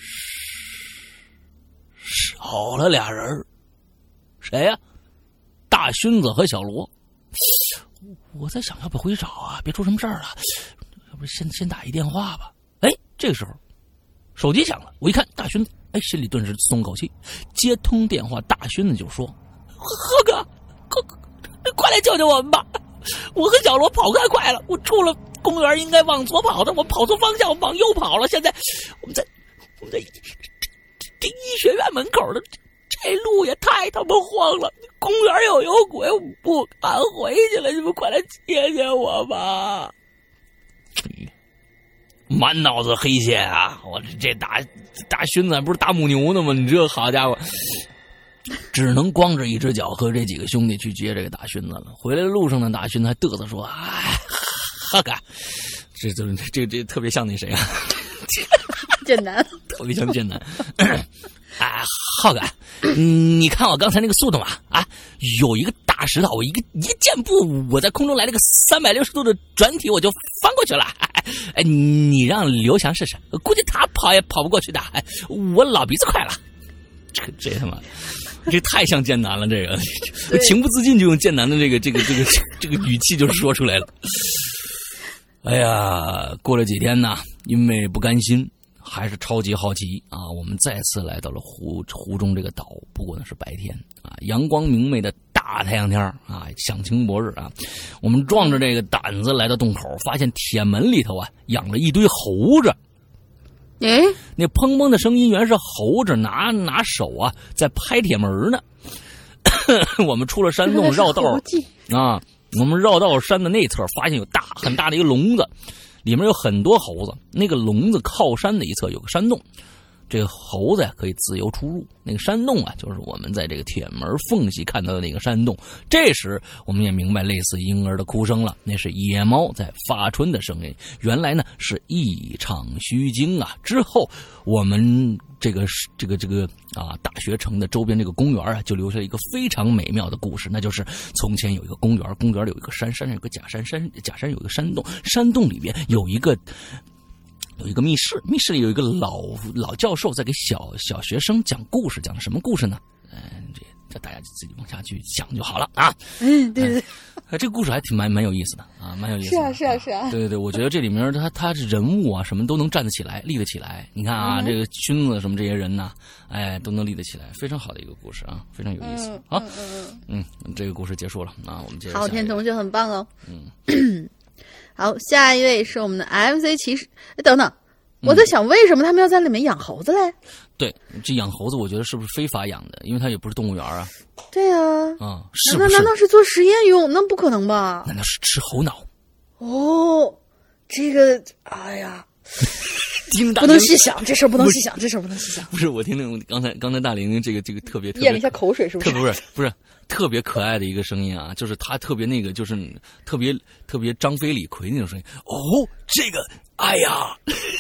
少了俩人，谁呀？大勋子和小罗。我在想，要不回去找啊，别出什么事儿了，要不先打一电话吧。哎，这个时候手机响了，我一看大勋子，哎，心里顿时松口气。接通电话，大勋子就说：“贺哥，快来救救我们吧！我和小罗跑太快了，我出了公园应该往左跑的，我跑错方向往右跑了。现在我们在这医学院门口的这路也太他妈荒了，公园又有鬼，我不敢回去了，你们快来接接我吧！”满脑子黑线啊！我这大勋子不是大母牛呢吗？你这好家伙，只能光着一只脚和这几个兄弟去接这个大勋子了。回来的路上呢，大勋子还嘚瑟说：“哎，贺哥， 这特别像那谁啊， 剑南， 特别像剑南。啊，浩哥，你看我刚才那个速度啊，有一个大石头，我一箭步，我在空中来了个360度的转体，我就翻过去了。哎，你让刘翔试试，估计他跑也跑不过去的。哎，我老鼻子快了。这他妈，这太像剑南了，这个我情不自禁就用剑南的这个语气就说出来了。哎呀，过了几天呢，因为不甘心。还是超级好奇啊！我们再次来到了湖中这个岛，不过呢是白天啊，阳光明媚的大太阳天啊，响晴博日啊。我们壮着这个胆子来到洞口，发现铁门里头啊养了一堆猴子。 哎， 那砰砰的声音原是猴子拿手啊在拍铁门呢。我们出了山洞绕道啊，我们绕到山的内侧，发现有很大的一个笼子。里面有很多猴子，那个笼子靠山的一侧有个山洞，这个猴子呀可以自由出入。那个山洞啊，就是我们在这个铁门缝隙看到的那个山洞。这时我们也明白类似婴儿的哭声了，那是野猫在发春的声音。原来呢是一场虚惊啊！之后我们这个啊大学城的周边这个公园啊，就留下一个非常美妙的故事，那就是从前有一个公园，公园里有一个山，山上有个假山，假山有一个山洞，山洞里边有一个密室，密室里有一个老教授在给小学生讲故事，讲的什么故事呢？这大家自己往下去想就好了啊。 对。 这个故事还挺蛮有意思的啊，蛮有意思的。 是啊。 对，我觉得这里面他是人物啊，什么都能站得起来，立得起来。你看啊，这个荀子什么这些人呢，哎，都能立得起来，非常好的一个故事啊，非常有意思。好，这个故事结束了啊，我们接着。 昊天同学很棒哦。好，下一位是我们的 MC 骑士。等等，我在想，为什么他们要在里面养猴子嘞？ 对，这养猴子，我觉得是不是非法养的？因为它也不是动物园啊。 对啊。 是不是？ 难道是做实验用？那不可能吧？ 难道是吃猴脑？ 哦，这个，哎呀，不能细想，这事儿不能细想， 不是，我听听刚才大玲这个特别咽了一下口水，是不是？ 不是。特别可爱的一个声音啊，就是他特别那个，就是特别张飞李逵那种声音。哦，这个，哎呀，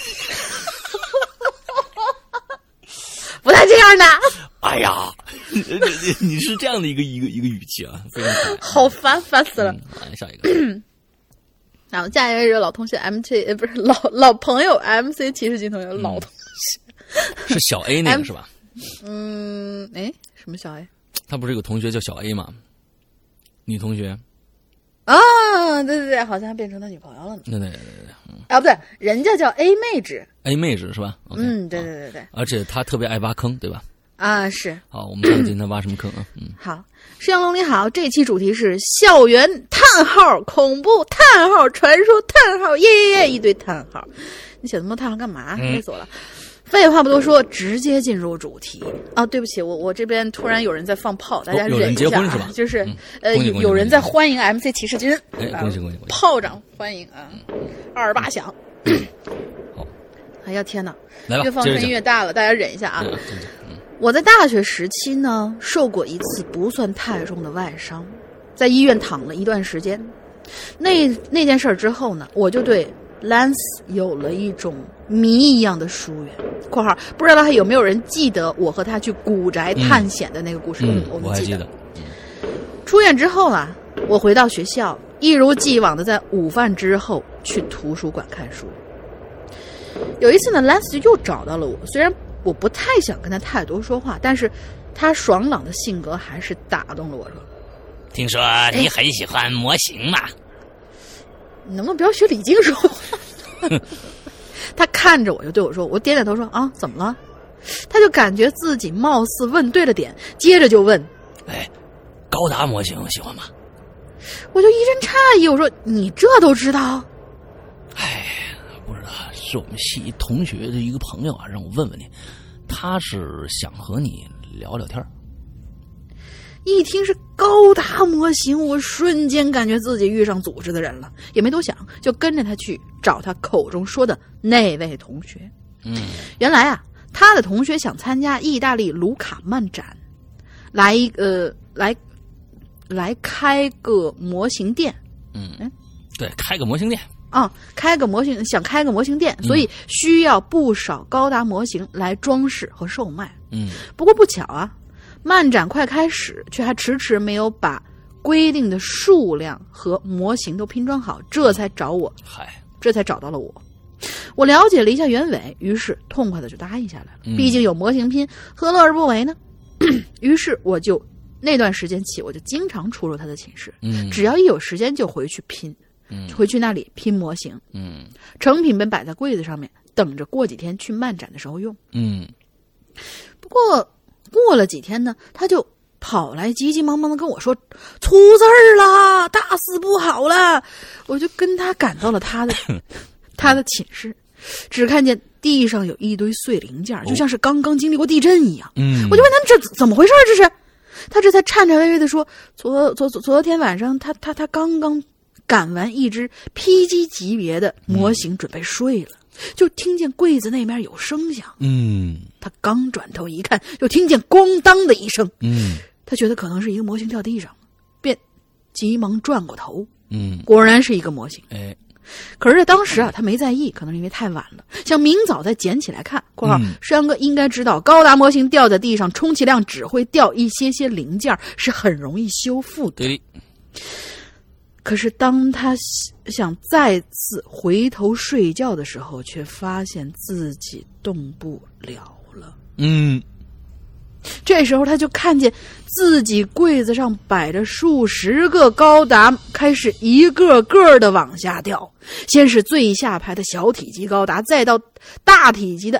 不带这样的。 哎呀，你是这样的一个语气啊，非常可爱。 好烦死了。 来下一个。 然后下一位是老同学 MC， 不是老朋友 MC 骑士金同学，老同学是小 A 那个是吧？ 什么小 A？ 他不是有个同学叫小 A 吗？女同学啊，对，好像变成他女朋友了呢。 对， 不对，人家叫 A 妹纸 ，A 妹纸是吧？ 对。 而且他特别爱挖坑，对吧？ 啊，是。 好，我们看看今天挖什么坑啊？ 好，石阳龙你好，这期主题是校园恐怖传说耶，一堆叹号。你写那么多叹号干嘛？累死我了。废话不多说，直接进入主题啊！对不起，我这边突然有人在放炮，大家忍一下。有人结婚是吧？ 就是有人在欢迎 MC 骑士军， 恭喜！ 炮仗欢迎啊！28响。 好， 哎呀天哪！ 来吧， 越放声音越大了，大家忍一下啊！我在大学时期呢，受过一次不算太重的外伤，在医院躺了一段时间。那件事之后呢，我就对Lance 有了一种谜一样的疏远。（括号不知道还有没有人记得我和他去古宅探险的那个故事？ 我还记得。 出院之后啊，我回到学校，一如既往的在午饭之后去图书馆看书。有一次呢 ，Lance 就又找到了我，虽然我不太想跟他太多说话，但是他爽朗的性格还是打动了我。说：“ 听说你很喜欢模型嘛？” 你能不能不要学李菁说话？他看着我就对我说，我点点头说啊，怎么了？他就感觉自己貌似问对了点，接着就问， 高达模型喜欢吗？ 我就一阵诧异，我说你这都知道？ 不知道，是我们系同学的一个朋友啊，让我问问你，他是想和你聊聊天。 一听是高达模型，我瞬间感觉自己遇上组织的人了，也没多想，就跟着他去找他口中说的那位同学。原来啊，他的同学想参加意大利卢卡漫展，来开个模型店。 对，开个模型店。 想开个模型店，所以需要不少高达模型来装饰和售卖。不过不巧啊，漫展快开始，却还迟迟没有把规定的数量和模型都拼装好，这才找到了我。我了解了一下原委，于是痛快的就答应下来了。毕竟有模型拼，何乐而不为呢？于是我就那段时间起，我就经常出入他的寝室，只要一有时间就回去拼，回去那里拼模型，成品本摆在柜子上面，等着过几天去漫展的时候用。不过过了几天呢，他就跑来急急忙忙的跟我说出事儿了，大事不好了。我就跟他赶到了他的寝室，只看见地上有一堆碎零件，就像是刚刚经历过地震一样。我就问他这怎么回事，这是？他这才颤颤巍巍的说，昨天晚上他刚刚赶完一只 PG 级别的模型，准备睡了，就听见柜子那边有声响。他刚转头一看，就听见咣当的一声。他觉得可能是一个模型掉地上了，便急忙转过头。果然是一个模型。可是在当时啊，他没在意，可能是因为太晚了，想明早再捡起来看。（括号山哥应该知道，高达模型掉在地上，充其量只会掉一些零件，是很容易修复的。 对。 可是当他想再次回头睡觉的时候，却发现自己动不了了。这时候他就看见自己柜子上摆着数十个高达，开始一个个的往下掉。先是最下排的小体积高达，再到大体积的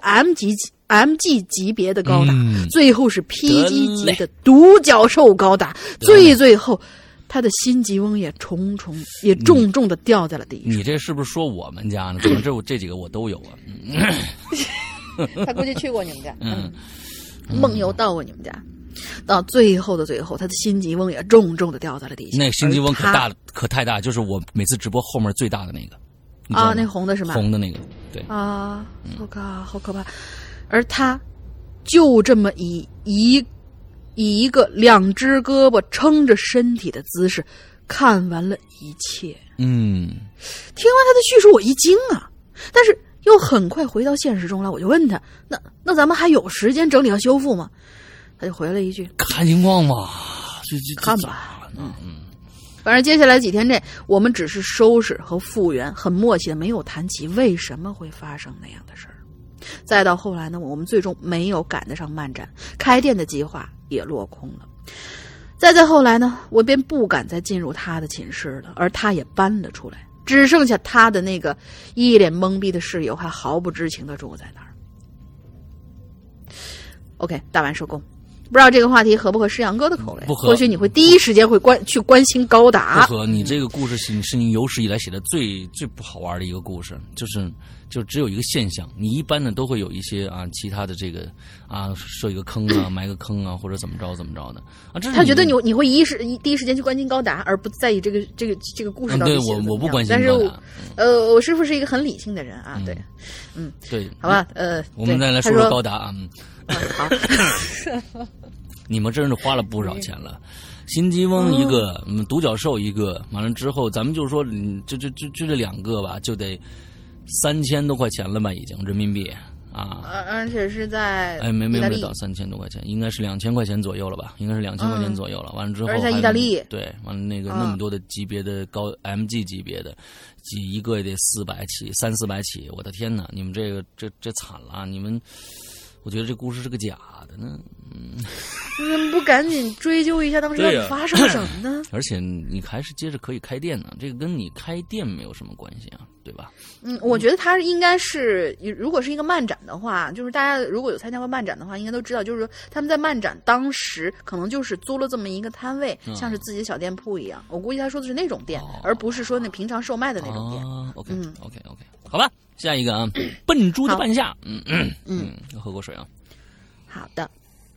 MG 级别的高达，最后是 PG 级的独角兽高达，最后他的心急翁也重重的掉在了地上。 你这是不是说我们家呢？可能这几个我都有啊。 他估计去过你们家。梦游到过你们家，到最后的最后，他的心急翁也重重的掉在了地下。 那心急翁可太大，就是我每次直播后面最大的那个啊，那红的是吗？ 红的那个，对啊，好可怕！而他就这么以一个两只胳膊撑着身体的姿势看完了一切。听完他的叙述，我一惊啊，但是又很快回到现实中来。我就问他，那咱们还有时间整理和修复吗？他就回了一句， 看情况吧， 看吧。反正接下来几天内，我们只是收拾和复原，很默契的没有谈起为什么会发生那样的事儿。再到后来呢，我们最终没有赶得上漫展，开店的计划也落空了。再后来呢，我便不敢再进入他的寝室了，而他也搬了出来，只剩下他的那个一脸懵逼的室友还毫不知情的住在那儿。OK， 大碗收工。不知道这个话题合不合诗阳哥的口味？ 不合。 或许你会第一时间会去关心高达。 不合。你这个故事是你有史以来写的最不好玩的一个故事，就只有一个现象，你一般呢都会有一些其他的这个设一个坑啊，埋个坑啊，或者怎么着的啊。这是他觉得你会第一时间去关心高达，而不在意这个故事到底写的怎么样。 对，我不关心高达。 但是我师傅是一个很理性的人啊，对， 对， 好吧， 我们再来说说高达啊。 好， 你们真是花了不少钱了。新吉翁一个，独角兽一个，完了之后，咱们就说，就这两个吧，就得3000多块钱了吧，已经人民币啊。 而且是在没到3000多块钱，应该是2000块钱左右了吧？应该是2000块钱左右了。完了之后， 而在意大利， 对，完了那个那么多的级别的高 MG 级别的，一个也得400起，300-400起，我的天哪！你们这惨了，你们。我觉得这故事是个假的呢。 你们不赶紧追究一下当时到底发生了什么呢？ 而且你还是接着可以开店呢，这个跟你开店没有什么关系啊，对吧？ 我觉得他应该是，如果是一个漫展的话，就是大家如果有参加过漫展的话，应该都知道，就是说他们在漫展当时可能就是租了这么一个摊位，像是自己的小店铺一样。我估计他说的是那种店，而不是说那平常售卖的那种店。 OK，好吧。下一个啊，笨猪的半夏，要喝口水啊。 好的，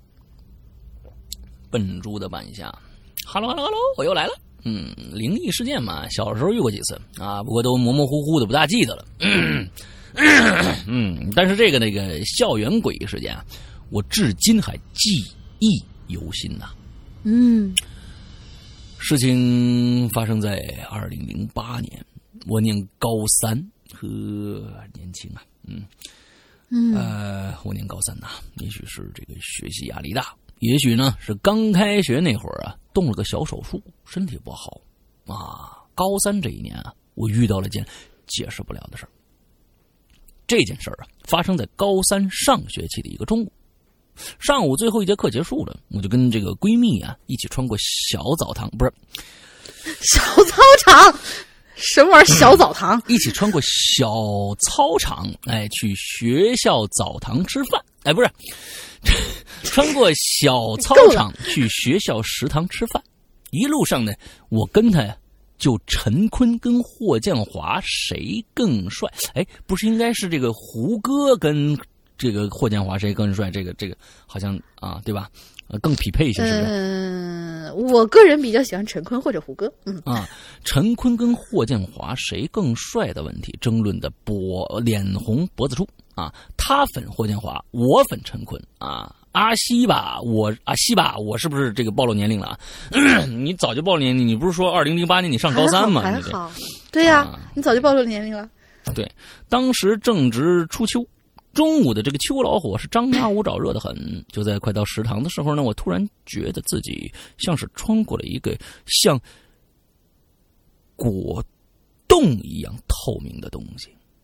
笨猪的半夏 ，Hello， 我又来了。灵异事件嘛，小时候遇过几次啊，不过都模模糊糊的，不大记得了。但是这个那个校园诡异事件啊，我至今还记忆犹新呐。事情发生在2008年。 我念高3，年轻啊，我念高3呐，也许是这个学习压力大，也许呢是刚开学那会儿啊，动了个小手术，身体不好啊。高3这一年啊，我遇到了件解释不了的事儿。这件事儿啊，发生在高3上学期的一个中午。上午最后一节课结束了，我就跟这个闺蜜啊一起穿过小澡堂，不是小操场。什么玩意儿？小澡堂？ 一起穿过小操场，去学校澡堂吃饭。不是，穿过小操场去学校食堂吃饭。一路上呢，我跟他呀，就陈坤跟霍建华谁更帅？不是应该是这个胡歌跟这个霍建华谁更帅？这个好像啊，对吧？更匹配一些，是不是？ 我个人比较喜欢陈坤或者胡歌。 陈坤跟霍建华谁更帅的问题，争论的脸红脖子粗啊！他粉霍建华，我粉陈坤啊！西吧，我是不是这个暴露年龄了啊？你早就暴露年龄，你不是说2008年你上高3吗？ 还好，对呀，你早就暴露年龄了。 对，当时正值初秋。中午的这个秋老火是张牙舞爪，热得很。就在快到食堂的时候呢，我突然觉得自己像是穿过了一个像果冻一样透明的东西。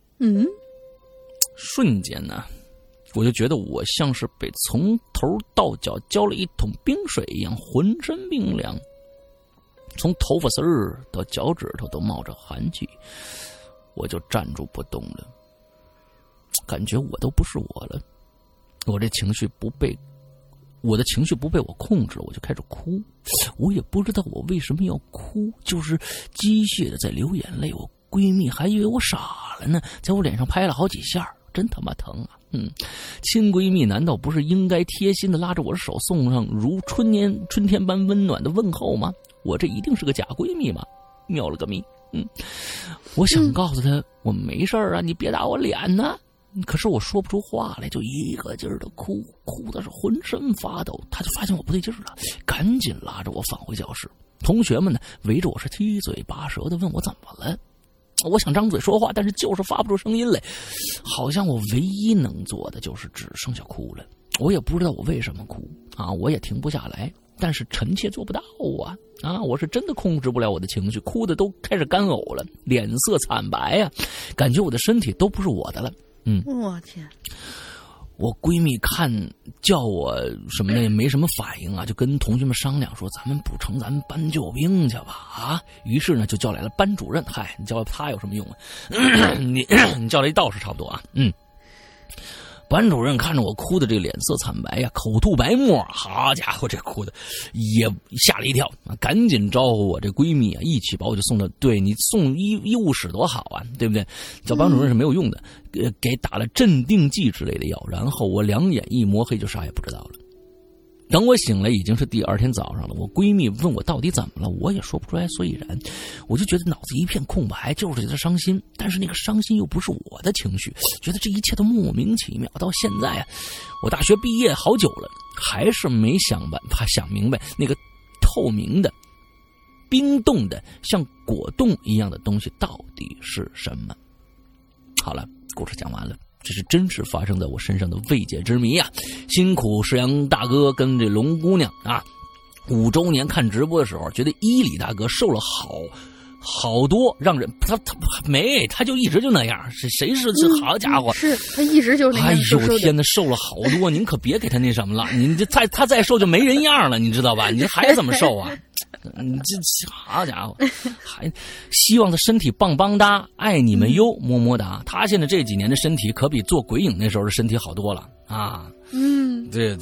瞬间呢，我就觉得我像是被从头到脚浇了一桶冰水一样，浑身冰凉，从头发丝儿到脚趾头都冒着寒气，我就站住不动了。感觉我都不是我了，我的情绪不被我控制了，我就开始哭。我也不知道我为什么要哭，就是机械的在流眼泪。我闺蜜还以为我傻了呢，在我脸上拍了好几下，真他妈疼啊！亲闺蜜难道不是应该贴心的拉着我的手，送上如春天般温暖的问候吗？我这一定是个假闺蜜吗？妙了个咪！我想告诉她我没事啊，你别打我脸呢。可是我说不出话来，就一个劲儿的哭的是浑身发抖。他就发现我不对劲儿了，赶紧拉着我返回教室。同学们呢围着我是七嘴八舌的问我怎么了。我想张嘴说话，但是就是发不出声音来，好像我唯一能做的就是只剩下哭了。我也不知道我为什么哭啊，我也停不下来，但是臣妾做不到啊！我是真的控制不了我的情绪，哭的都开始干呕了，脸色惨白啊，感觉我的身体都不是我的了。 我天！ 我闺蜜叫我什么的也没什么反应啊，就跟同学们商量说，咱们搬救兵去吧啊！于是呢就叫来了班主任。你叫他有什么用啊？你叫来一道士差不多啊。班主任看着我哭的这个脸色惨白呀，口吐白沫，好家伙，这哭的也吓了一跳啊！赶紧招呼我这闺蜜啊，一起把我就送到，对，你送医务室多好啊，对不对？叫班主任是没有用的，给打了镇定剂之类的药，然后我两眼一抹黑，就啥也不知道了。等我醒来已经是第二天早上了，我闺蜜问我到底怎么了，我也说不出来所以然，我就觉得脑子一片空白，就是觉得伤心，但是那个伤心又不是我的情绪，觉得这一切都莫名其妙。到现在啊，我大学毕业好久了，还是没想明白那个透明的冰冻的像果冻一样的东西到底是什么。好了，故事讲完了，这是真实发生在我身上的未解之谜啊！辛苦石阳大哥跟这龙姑娘啊，5周年看直播的时候，觉得伊里大哥瘦了好多，让人他就一直就那样，谁是好家伙， 是他一直就那样。 哎呦天哪，瘦了好多，您可别给他那什么了，您他再瘦就没人样了，你知道吧？你还怎么瘦啊？你这好家伙，还希望他身体棒棒哒，爱你们哟，么么哒。他现在这几年的身体可比做鬼影那时候的身体好多了啊。对，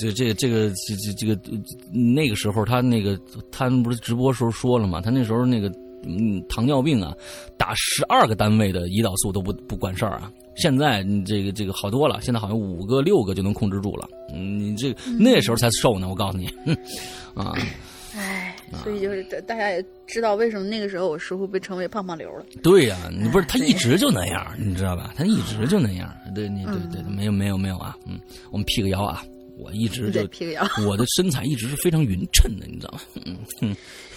那个时候他不是直播时候说了吗？他那时候那个糖尿病啊，打12个单位的胰岛素都不管事儿啊。现在这个好多了，现在好像5个6个就能控制住了。你这那时候才瘦呢，我告诉你，啊。 所以就是大家也知道为什么那个时候我师傅被称为胖胖流了。 对呀，你不是他一直就那样，你知道吧？他一直就那样。对，没有啊，我们辟个谣啊，我一直就辟个谣， 我的身材一直是非常匀称的，你知道吗？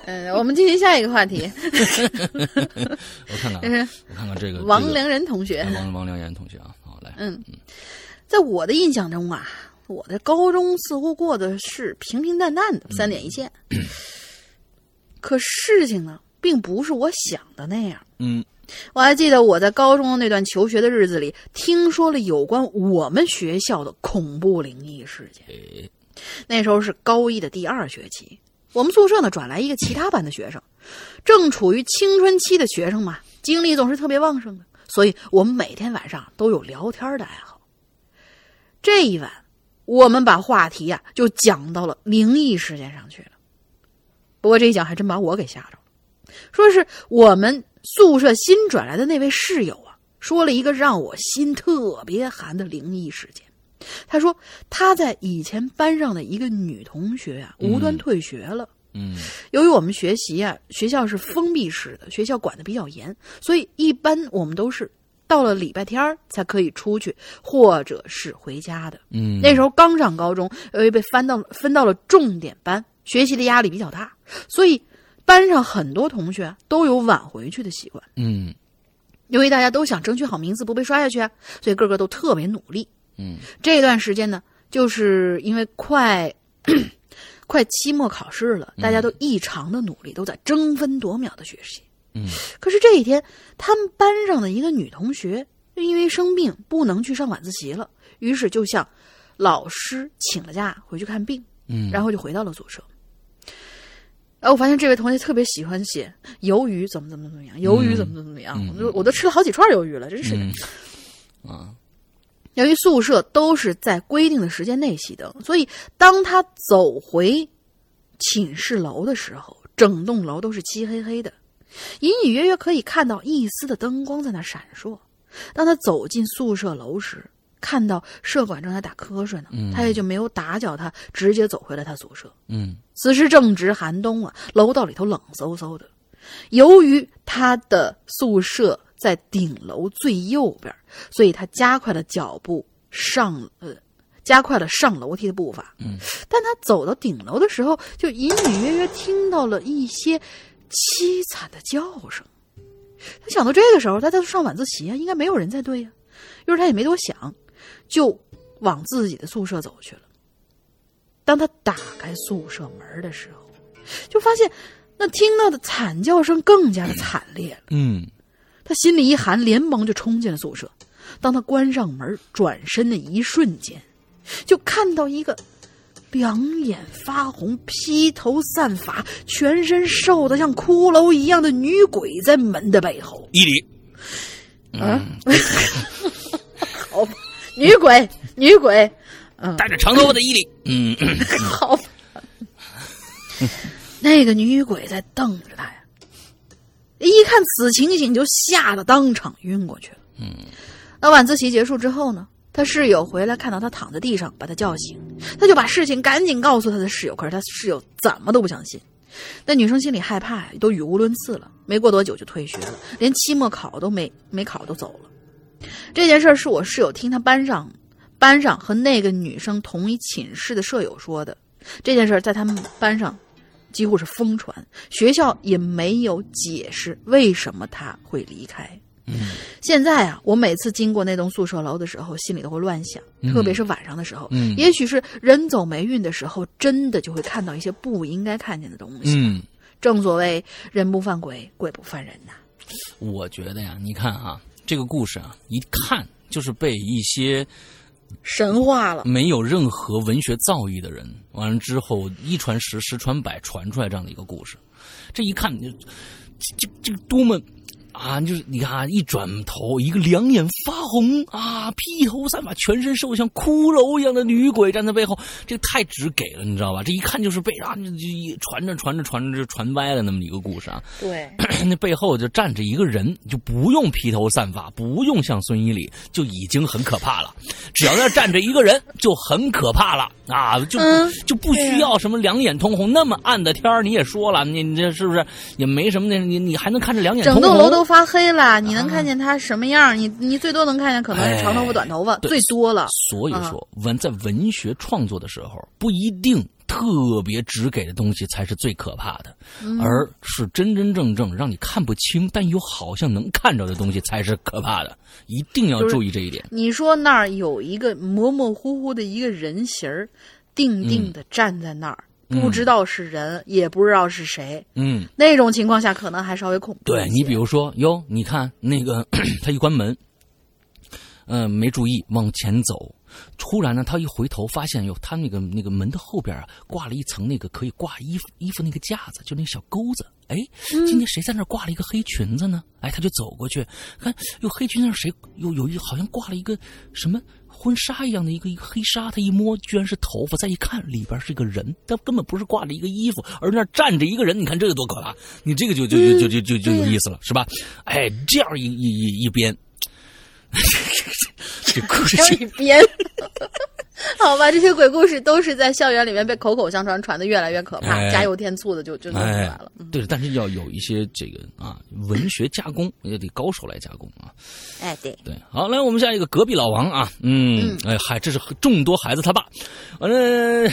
我们进行下一个话题。 我看看这个王良人同学， 王良人同学啊，好来。 在我的印象中啊，我的高中似乎过的是平平淡淡的3点一线。可事情呢，并不是我想的那样。我还记得我在高中那段求学的日子里，听说了有关我们学校的恐怖灵异事件。那时候是高一的第2学期，我们宿舍呢转来一个其他班的学生，正处于青春期的学生嘛，精力总是特别旺盛的，所以我们每天晚上都有聊天的爱好。这一晚，我们把话题啊就讲到了灵异事件上去了。不过这一讲还真把我给吓着了，说是我们宿舍新转来的那位室友啊，说了一个让我心特别寒的灵异事件。他说他在以前班上的一个女同学啊，无端退学了。由于我们学校是封闭式的，学校管得比较严，所以一般我们都是到了礼拜天才可以出去，或者是回家的。那时候刚上高中，由于被分到了重点班，学习的压力比较大，所以班上很多同学都有晚回去的习惯。由于大家都想争取好名次，不被刷下去啊，所以个个都特别努力。这段时间呢，就是因为快期末考试了，大家都异常的努力，都在争分夺秒的学习。可是这一天，他们班上的一个女同学因为生病不能去上晚自习了，于是就向老师请了假回去看病。然后就回到了宿舍。我发现这位同学特别喜欢写鱿鱼怎么样，鱿鱼怎么样，我都吃了好几串鱿鱼了，真是的。由于宿舍都是在规定的时间内熄灯，所以当他走回寝室楼的时候，整栋楼都是漆黑黑的，隐隐约约可以看到一丝的灯光在那闪烁。当他走进宿舍楼时，看到舍管正在打瞌睡呢，他也就没有打搅他，直接走回了他宿舍。此时正值寒冬啊，楼道里头冷䗖嗖的。由于他的宿舍在顶楼最右边，所以他加快了脚步加快了上楼梯的步伐。但他走到顶楼的时候，就隐隐约约听到了一些凄惨的叫声。他想到这个时候他在上晚自习啊，应该没有人在对啊，于是他也没多想，就往自己的宿舍走去了。当他打开宿舍门的时候，就发现那听到的惨叫声更加的惨烈了。他心里一寒，连忙就冲进了宿舍。当他关上门转身的一瞬间，就看到一个两眼发红、披头散发、全身瘦得像骷髅一样的女鬼在门的背后。 伊犁好，女鬼带着长头发的伊犁。 好，那个女鬼在瞪着他呀，一看此情形就吓得当场晕过去了。那晚自习结束之后呢，他室友回来看到他躺在地上，把他叫醒，他就把事情赶紧告诉他的室友，可是他室友怎么都不相信。那女生心里害怕呀，都语无伦次了，没过多久就退学了，连期末考都没考都走了。这件事是我室友听他班上和那个女生同一寝室的舍友说的。这件事在他们班上几乎是疯传，学校也没有解释为什么他会离开。现在啊，我每次经过那栋宿舍楼的时候，心里都会乱想，特别是晚上的时候，也许是人走霉运的时候，真的就会看到一些不应该看见的东西。正所谓人不犯鬼，鬼不犯人呐。 我觉得呀，你看啊，这个故事啊，一看就是被一些神话了， 没有任何文学造诣的人，完了之后一传十，十传百，传出来这样的一个故事。这一看，这多么啊！就是你看啊，一转头，一个两眼发红啊，披头散发、全身瘦像骷髅一样的女鬼站在背后，这个太直给了，你知道吧？这一看就是被传着传歪了那么一个故事啊。 对， 那背后就站着一个人，就不用披头散发，不用像孙一礼，就已经很可怕了。只要那站着一个人，就很可怕了啊！就不需要什么两眼通红，那么暗的天你也说了，你这是不是也没什么那？你还能看着两眼通红？ 整栋楼都发黑了，你能看见他什么样？你最多能看见可能是长头发、短头发，最多了。 所以说，在文学创作的时候，不一定特别直给的东西才是最可怕的，而是真真正正让你看不清但又好像能看着的东西才是可怕的，一定要注意这一点。 你说那儿有一个模模糊糊的一个人形儿，定定的站在那儿，不知道是人，也不知道是谁，那种情况下可能还稍微恐怖。 对，你比如说哟，你看那个他一关门，没注意往前走。突然呢，他一回头发现，他那个门的后边啊，挂了一层那个可以挂衣服那个架子，就那个小钩子。哎，今天谁在那儿挂了一个黑裙子呢？哎，他就走过去，看，黑裙子上谁有一好像挂了一个什么婚纱一样的一个黑纱，他一摸居然是头发，再一看里边是一个人，他根本不是挂着一个衣服，而那站着一个人。你看这个多可怕！你这个就有意思了，是吧？哎，这样一编。这故事一编，好吧，这些鬼故事都是在校园里面被口口相传，传的越来越可怕，加油添醋的就弄出来了。 对，但是要有一些这个文学加工，也得高手来加工啊。 哎，对， 好，来我们下一个隔壁老王啊，嗨，这是众多孩子他爸，完了。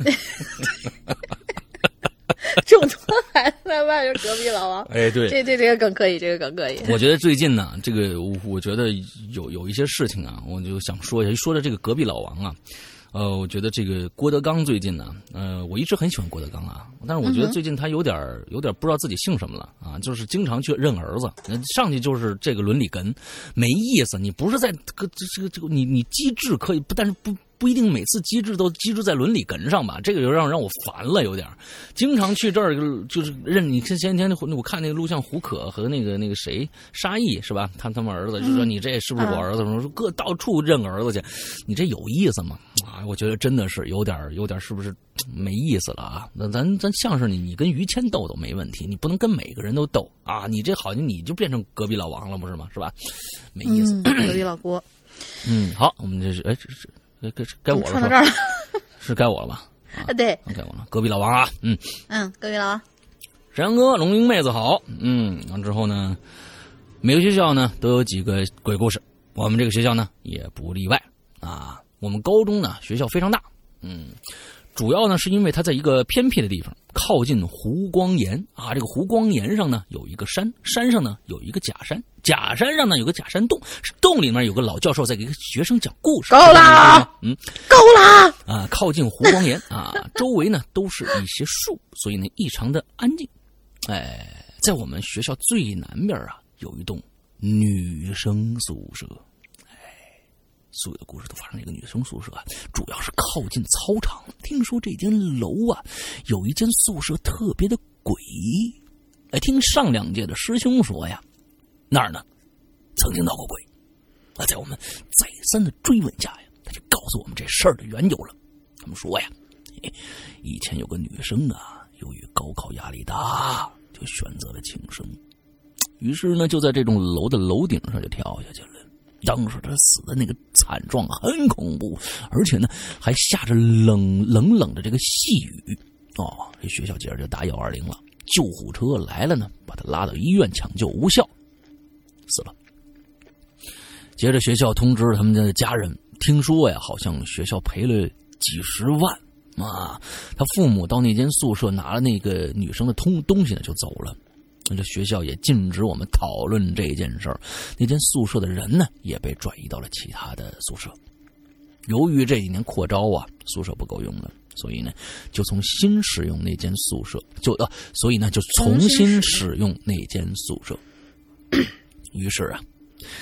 众多孩子在外就是隔壁老王。 哎，对， 这个梗可以，这个梗可以。 我觉得最近呢，这个我觉得有一些事情啊，我就想说一下。说到这个隔壁老王啊，我觉得这个郭德纲最近呢，我一直很喜欢郭德纲啊，但是我觉得最近他有点不知道自己姓什么了啊，就是经常去认儿子，上去就是这个伦理哏，没意思。你不是在这个你机智可以，但是不一定每次机智都机智在伦理哏上吧，这个就让我烦了，有点。经常去这儿就是认你前天我看那个录像，胡可和那个谁沙溢是吧？他们儿子就说你这是不是我儿子？说各到处认儿子去，你这有意思吗？啊，我觉得真的是有点是不是没意思了啊？那咱相声你跟于谦斗没问题，你不能跟每个人都斗啊！你这好像你就变成隔壁老王了，不是吗？是吧？没意思。 隔壁老郭。 好，我们这是该我了， 说到这儿了， 是该我了吧？ 对， 该我了。隔壁老王啊， 隔壁老王， 沈阳哥、龙玲妹子好，完之后呢，每个学校呢都有几个鬼故事，我们这个学校呢也不例外啊。我们高中呢学校非常大，主要呢是因为它在一个偏僻的地方，靠近湖光岩啊。这个湖光岩上呢有一个山，山上呢有一个假山，假山上呢有个假山洞，洞里面有个老教授在给学生讲故事。 够啦，够啦啊！靠近湖光岩啊，周围呢都是一些树，所以呢异常的安静。哎，在我们学校最南边啊有一栋女生宿舍。所有的故事都发生在一个女生宿舍啊，主要是靠近操场。听说这间楼啊，有一间宿舍特别的诡异。听上2届的师兄说呀，那儿呢曾经闹过鬼。在我们再三的追问下呀，他就告诉我们这事儿的缘由了。他们说呀，以前有个女生啊，由于高考压力大，就选择了轻生，于是呢，就在这栋楼的楼顶上就跳下去了。当时他死的那个惨状很恐怖，而且呢还下着冷的这个细雨。这学校接着就打120了，救护车来了呢，把他拉到医院抢救无效，死了。接着学校通知他们的家人，听说呀，好像学校赔了几十万啊。他父母到那间宿舍拿了那个女生的东西呢，就走了。这学校也禁止我们讨论这件事儿，那间宿舍的人呢也被转移到了其他的宿舍。由于这几年扩招啊，宿舍不够用了，所以呢就重新使用那间宿舍，就重新使用那间宿舍。于是啊，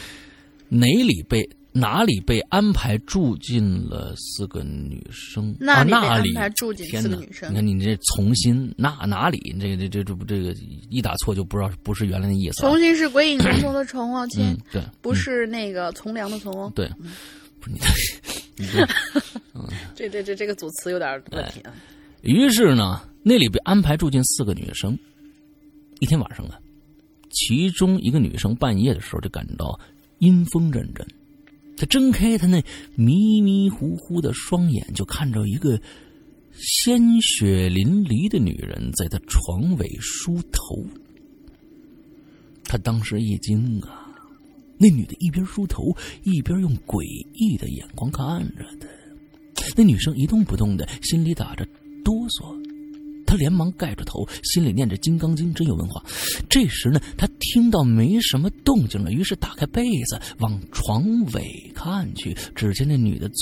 哪里被安排住进了4个女生？ 那里被安排住进4个女生。 你看你这重新哪里？这个一打错就不知道不是原来的意思。 重新是鬼影重重的重哦，亲， 对， 不是那个从良的从哦。 对，不是你这个组词有点问题啊。 于是呢，那里被安排住进4个女生。一天晚上啊，其中一个女生半夜的时候就感到阴风阵阵。他睁开他那迷迷糊糊的双眼，就看着一个鲜血淋漓的女人在他床尾梳头。他当时一惊啊，那女的一边梳头一边用诡异的眼光看着他。那女生一动不动的，心里打着哆嗦。他连忙盖住头，心里念着《金刚经》，真有文化。这时呢，他听到没什么动静了，于是打开被子往床尾看去，只见那女的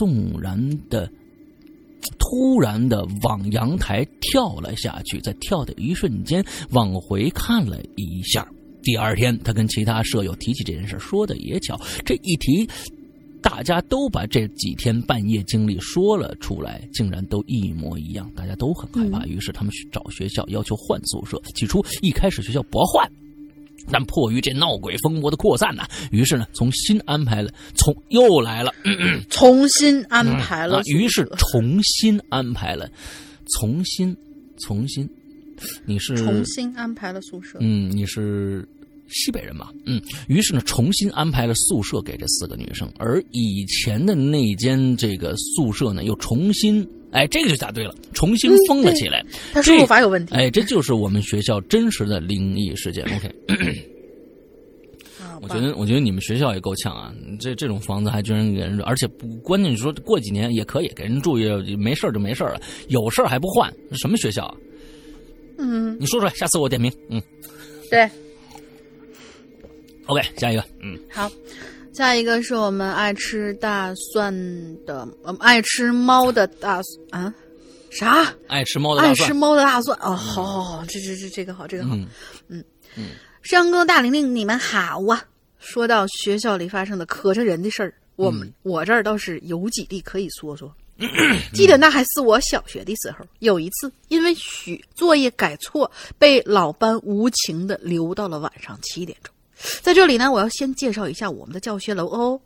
突然的往阳台跳了下去，在跳的一瞬间往回看了一下。第二天他跟其他舍友提起这件事，说的也巧，这一提大家都把这几天半夜经历说了出来，竟然都一模一样，大家都很害怕。于是他们去找学校要求换宿舍。起初一开始学校不换，但迫于这闹鬼风波的扩散呢，于是呢重新安排了，重新安排了，于是重新安排了，你是重新安排了宿舍。 你是西北人嘛，于是呢，重新安排了宿舍给这4个女生，而以前的那间这个宿舍呢，又重新，这个就答对了，重新封了起来。 他输入法有问题。 这就是我们学校真实的灵异事件。OK， 我觉得你们学校也够呛啊，这种房子还居然给人，而且关键你说过几年也可以给人住，没事就没事了，有事还不换，什么学校啊？你说出来，下次我点名。 对。 OK， 下一个。 好，下一个是我们爱吃大蒜的，爱吃猫的大蒜啊？啥？爱吃猫的大蒜哦，好，这个好，这个好。山哥大玲玲，你们好啊！说到学校里发生的可碜人的事儿，我这儿倒是有几例可以说说。记得那还是我小学的时候，有一次因为作业改错，被老班无情的留到了晚上7点钟。在这里呢，我要先介绍一下我们的教学楼哦。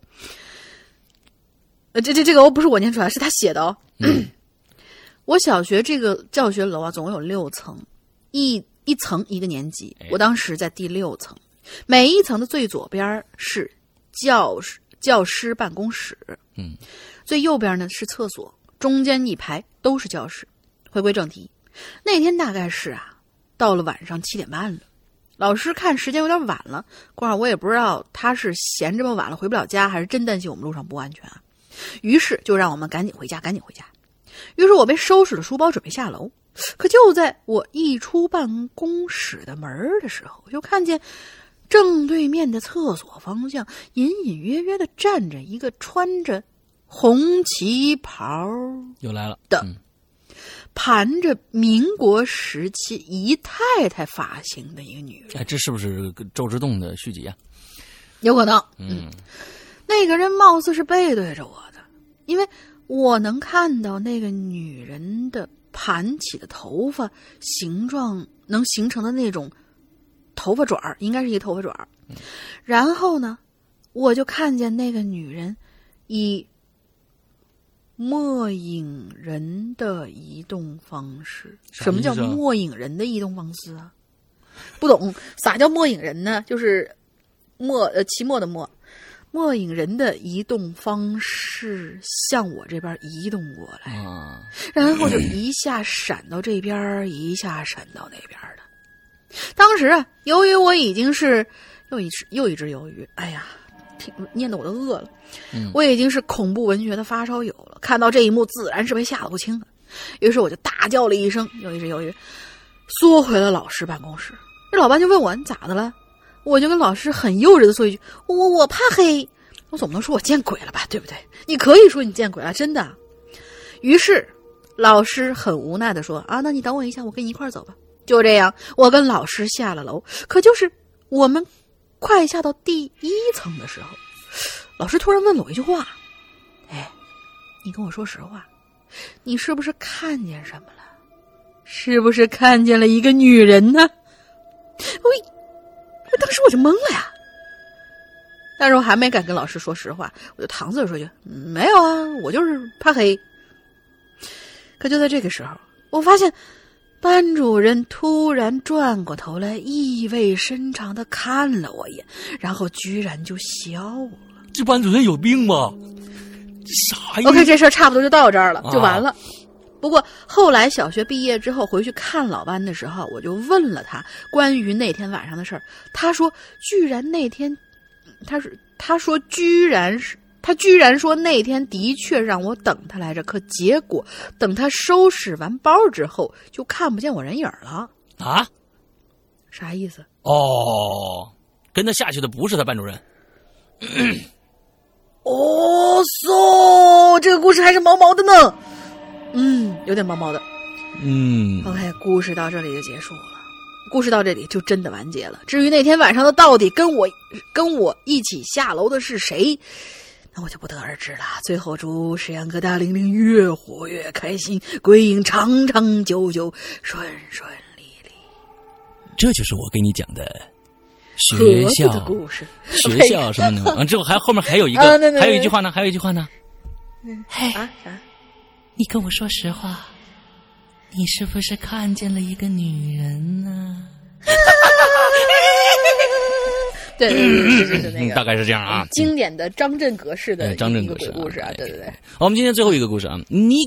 这个不是我念出来，是他写的哦。我小学这个教学楼啊，总共有6层，一层一个年级。我当时在第6层，每一层的最左边是教师办公室，最右边呢是厕所，中间一排都是教室。回归正题，那天大概是到了晚上7点半了。老师看时间有点晚了，我也不知道他是嫌这么晚了回不了家，还是真担心我们路上不安全啊。于是就让我们赶紧回家。于是我被收拾了书包，准备下楼。可就在我一出办公室的门的时候，就看见正对面的厕所方向隐隐约约的站着一个穿着红旗袍又来了的盘着民国时期姨太太发型的一个女人。 这是不是周之洞的续集啊？ 有可能。那个人貌似是背对着我的，因为我能看到那个女人的盘起的头发形状能形成的那种头发爪，应该是一个头发爪。然后呢，我就看见那个女人以末影人的移动方式。什么叫末影人的移动方式啊？不懂。啥叫末影人呢？就是期末的末影人的移动方式向我这边移动过来，然后就一下闪到这边，一下闪到那边的。当时由于我已经是又一只鱿鱼，念得我都饿了。我已经是恐怖文学的发烧友了，看到这一幕自然是被吓得不轻。于是我就大叫了一声，又一只鱿鱼缩回了老师办公室。这老班就问我你咋的了，我就跟老师很幼稚的说一句我怕黑。我总不能说我见鬼了吧，对不对？你可以说你见鬼了，真的。于是老师很无奈的说那你等我一下，我跟你一块走吧。就这样，我跟老师下了楼。可就是我们快下到第1层的时候，老师突然问了我一句话，你跟我说实话，你是不是看见什么了？是不是看见了一个女人呢？当时我就懵了呀。但是我还没敢跟老师说实话，我就搪塞着说句没有啊，我就是怕黑。可就在这个时候，我发现班主任突然转过头来，意味深长地看了我一眼，然后居然就笑了。 这班主任有病吗？啥呀 ？OK， 这事儿差不多就到这儿了，就完了。不过后来小学毕业之后回去看老班的时候，我就问了他关于那天晚上的事儿。他说居然那天，他说居然是他居然说那天的确让我等他来着，可结果等他收拾完包之后，就看不见我人影了。 啊？ 啥意思？ 哦，跟他下去的不是他班主任。 哦，so 这个故事还是毛毛的呢。有点毛毛的。OK， 故事到这里就结束了。故事到这里就真的完结了。至于那天晚上的到底跟我一起下楼的是谁，那我就不得而知了。最后祝石阳哥大玲玲越活越开心，鬼影长长久久，顺顺利利。 这就是我给你讲的学校的故事。 学校什么的。之后后面还有一个，还有一句话呢，嘿， 啥？ 你跟我说实话，你是不是看见了一个女人呢？ 对，是那个， 大概是这样啊。 经典的张震格式的一个鬼故事啊，对。 好，我们今天最后一个故事啊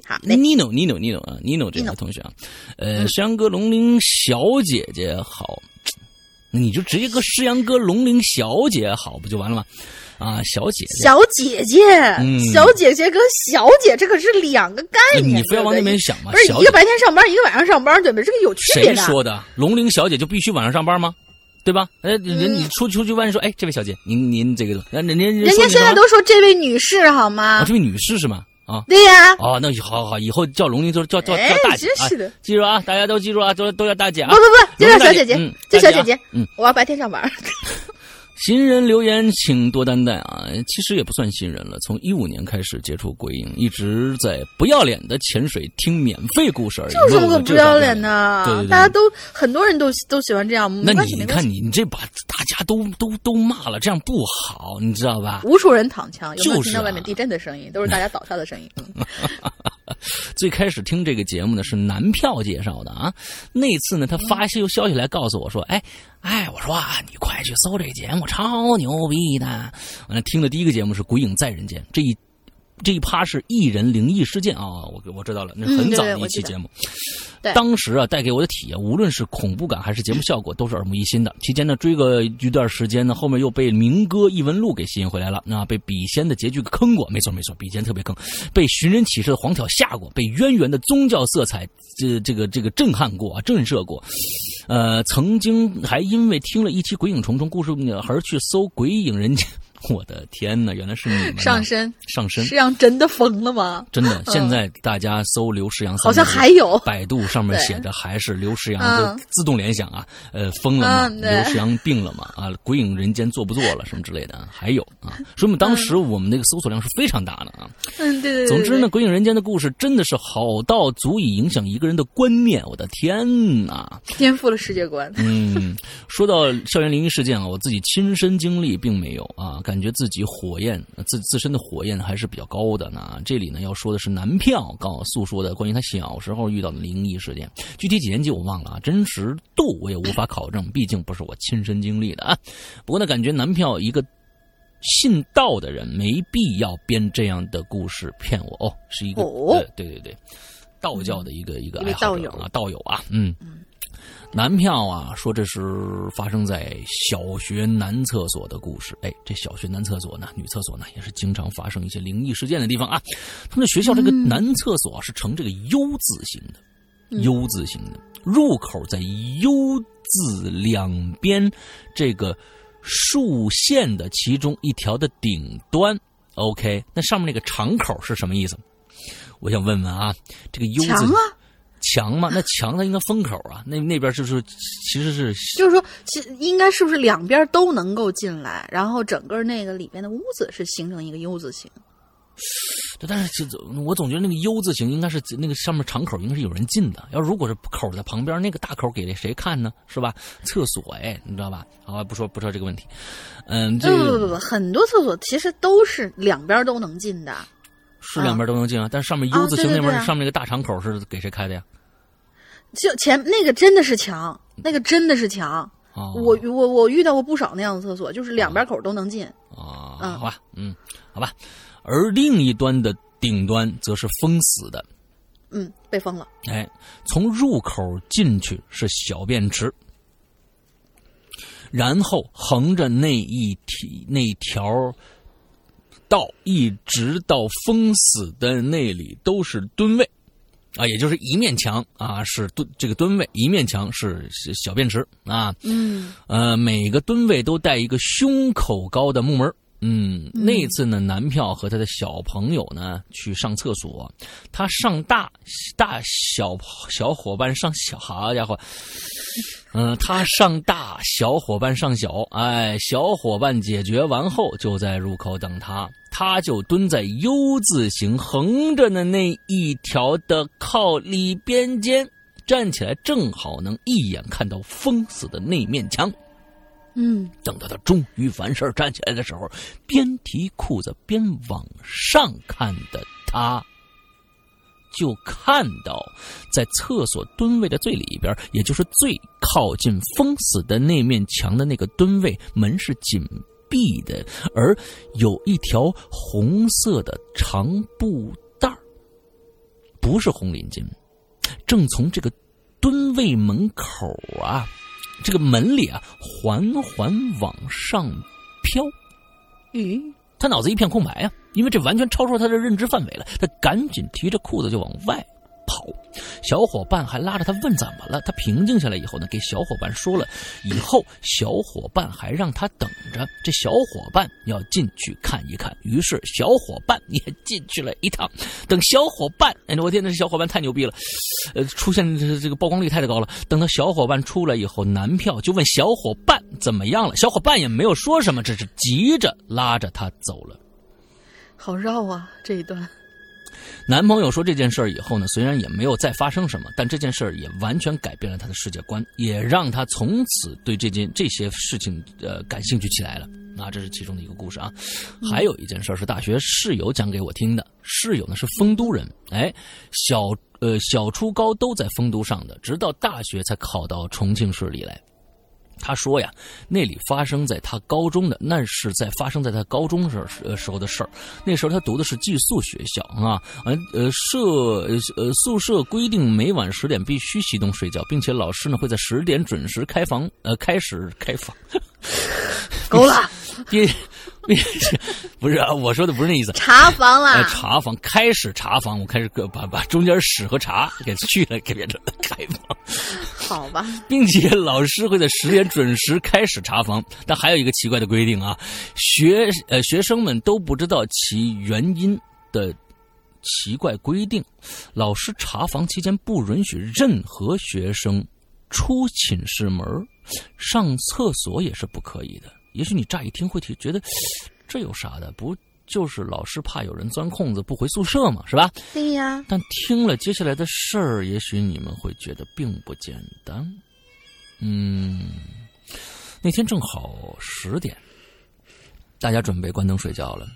，Nino 这位同学啊，石阳哥龙玲小姐姐好，那你就直接搁石阳哥龙玲小姐好不就完了吗？啊，小姐姐， 小姐姐跟小姐这可是两个概念。 你非要往那边想吗？ 不是一个白天上班，一个晚上上班，对吧？这个有区别的。 谁说的？龙玲小姐就必须晚上上班吗？对吧？人你出去问说，哎，这位小姐，您这个，人家现在都说这位女士好吗？ 这位女士是吗？啊， 对呀。 哦，那好，以后叫龙玲叫大姐。 真是的， 记住啊，大家都记住啊，都叫大姐啊。 不，就叫小姐姐，就小姐姐。我要白天上班。 新人留言请多担待啊！其实也不算新人了，从15年开始接触鬼影，一直在不要脸的潜水听免费故事而已。 这有什么可不要脸的？ 对， 大家很多人都喜欢这样。 那你看你这把大家都骂了，这样不好，你知道吧？ 无数人躺枪，有没有听到外面地震的声音？都是大家倒下的声音。 最开始听这个节目呢是男票介绍的啊，那次呢他发消息来告诉我说，我说啊，你快去搜这节目，超牛逼的。完了，听的第一个节目是《鬼影在人间》，这一趴是艺人灵异事件啊，我知道了，那是很早的一期节目。 对， 当时啊带给我的体验，无论是恐怖感还是节目效果，都是耳目一新的。期间呢追个一段时间呢，后面又被民歌异闻录给吸引回来了，被笔仙的结局坑过，没错，笔仙特别坑，被寻人启事的黄条吓过，被渊源的宗教色彩这个震撼过啊，震慑过。曾经还因为听了一期《鬼影重重》故事而去搜《鬼影人间》。我的天哪，原来是你们上身， 石阳真的疯了吗？ 真的，现在大家搜刘石阳， 好像还有百度上面写着还是刘石阳，就自动联想啊，疯了吗？刘石阳病了吗？啊，鬼影人间做不做了什么之类的，还有啊，说明当时我们那个搜索量是非常大的啊。 对。 总之呢，鬼影人间的故事真的是好到足以影响一个人的观念，我的天哪， 颠覆了世界观。 说到校园灵异事件啊，我自己亲身经历并没有啊。感觉自己自身的火焰还是比较高的呢。这里呢要说的是男票诉说的关于他小时候遇到的灵异事件，具体几年级我忘了啊，真实度我也无法考证，毕竟不是我亲身经历的啊。不过呢，感觉男票一个信道的人没必要编这样的故事骗我哦，是一个对，道教的一个爱好者啊，道友啊，男票啊，说这是发生在小学男厕所的故事。这小学男厕所呢，女厕所呢，也是经常发生一些灵异事件的地方啊。他们的学校这个男厕所是呈这个 U 字形的，入口在 U 字两边这个竖线的其中一条的顶端。OK， 那上面那个长口是什么意思？我想问问啊，这个 U 字墙吗？那墙它应该封口啊，那边其实是就是说，应该是不是两边都能够进来，然后整个那个里边的屋子是形成一个 U 字形。 但是我总觉得那个 U 字形应该是那个上面长口应该是有人进的，要如果是口在旁边，那个大口给谁看呢？是吧？厕所你知道吧？好，不说这个问题。 不，很多厕所其实都是两边都能进的。 是两边都能进啊，但是上面 U 字形那边上面那个大长口是给谁开的呀？ 就前那个真的是墙，我遇到过不少那样的厕所，就是两边口都能进啊。好吧。而另一端的顶端则是封死的， 被封了。 从入口进去是小便池，然后横着那条道一直到封死的那里都是蹲位啊，也就是一面墙啊是这个蹲位，一面墙是小便池啊。每个蹲位都带一个胸口高的木门。那次呢，男票和他的小朋友呢去上厕所，他上大小伙伴上小，好家伙，他上大，小伙伴上小，小伙伴解决完后就在入口等他，他就蹲在 U 字形横着的那一条的靠里边间，站起来正好能一眼看到封死的那面墙。等到他终于完事站起来的时候，边提裤子边往上看的他，就看到在厕所蹲位的最里边，也就是最靠近封死的那面墙的那个蹲位，门是紧闭的，而有一条红色的长布带，不是红领巾，正从这个蹲位门口啊，这个门里啊，缓缓往上飘。他脑子一片空白啊，因为这完全超出他的认知范围了。他赶紧提着裤子就往外跑，小伙伴还拉着他问怎么了。他平静下来以后呢，给小伙伴说了以后，小伙伴还让他等着，这小伙伴要进去看一看。于是小伙伴也进去了一趟。等小伙伴，我天，那小伙伴太牛逼了，出现这个曝光率太高了。等到小伙伴出来以后，男票就问小伙伴怎么样了，小伙伴也没有说什么，只是急着拉着他走了。 好绕啊，这一段。 男朋友说这件事儿以后呢，虽然也没有再发生什么，但这件事儿也完全改变了他的世界观，也让他从此对这些事情感兴趣起来了。这是其中的一个故事啊。还有一件事是大学室友讲给我听的，室友呢是丰都人，小初高都在丰都上的，直到大学才考到重庆市里来。他说呀，那里发生在他高中的，那是在发生在他高中时候的事儿。那时候他读的是寄宿学校啊，宿舍规定每晚10点必须熄灯睡觉，并且老师呢会在10点准时开始开房。 够了。 不是啊，我说的不是那意思。 查房啦， 查房，开始查房，我开始把中间屎和茶给去了，给变成了开房。 好吧， 并且老师会在10点准时开始查房，但还有一个奇怪的规定啊，学生们都不知道其原因的奇怪规定，老师查房期间不允许任何学生出寝室门，上厕所也是不可以的。也许你乍一听会觉得这有啥的，不就是老师怕有人钻空子不回宿舍嘛，是吧？ 对呀。 但听了接下来的事儿，也许你们会觉得并不简单。那天正好10点，大家准备关灯睡觉了。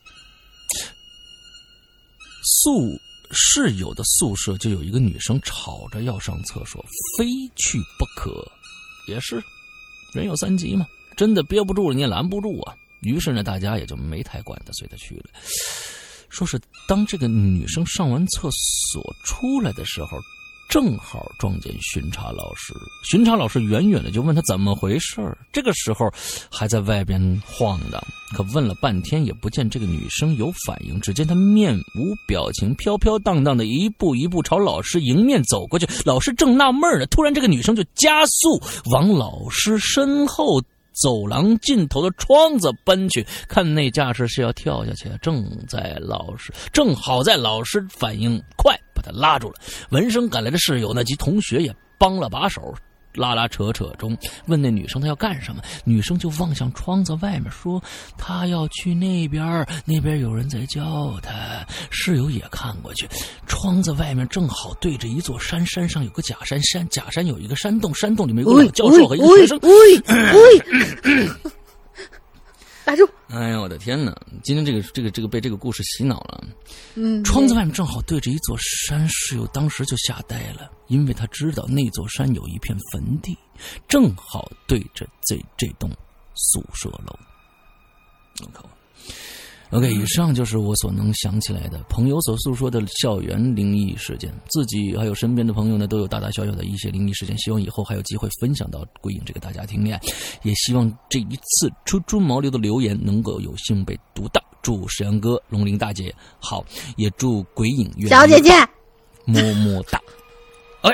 室友的宿舍就有一个女生吵着要上厕所，非去不可。也是人有3急嘛，真的憋不住了你也拦不住啊。于是呢，大家也就没太管他，随他去了。说是当这个女生上完厕所出来的时候，正好撞见巡查老师。巡查老师远远的就问他怎么回事，这个时候还在外边晃荡，可问了半天也不见这个女生有反应，只见她面无表情，飘飘荡荡的一步一步朝老师迎面走过去。老师正纳闷呢，突然这个女生就加速往老师身后走廊尽头的窗子奔去，看那架势是要跳下去，正好在老师反应快把他拉住了。闻声赶来的室友呢及同学也帮了把手，拉扯中问那女生她要干什么，女生就望向窗子外面说她要去那边有人在叫她。室友也看过去，窗子外面正好对着一座山，山上有个假山，假山有一个山洞，山洞里面有个老教授和一个学生。 打住！ 哎呀，我的天哪！今天这个被这个故事洗脑了。窗子外面正好对着一座山，室友当时就吓呆了，因为他知道那座山有一片坟地，正好对着这栋宿舍楼。OK， 以上就是我所能想起来的朋友所诉说的校园灵异事件，自己还有身边的朋友呢都有大大小小的一些灵异事件，希望以后还有机会分享到归影这个大家庭里，也希望这一次初出茅庐的留言能够有幸被读到。 祝沈阳哥、龙鳞大姐好，也祝鬼影远小姐姐么么哒。哎，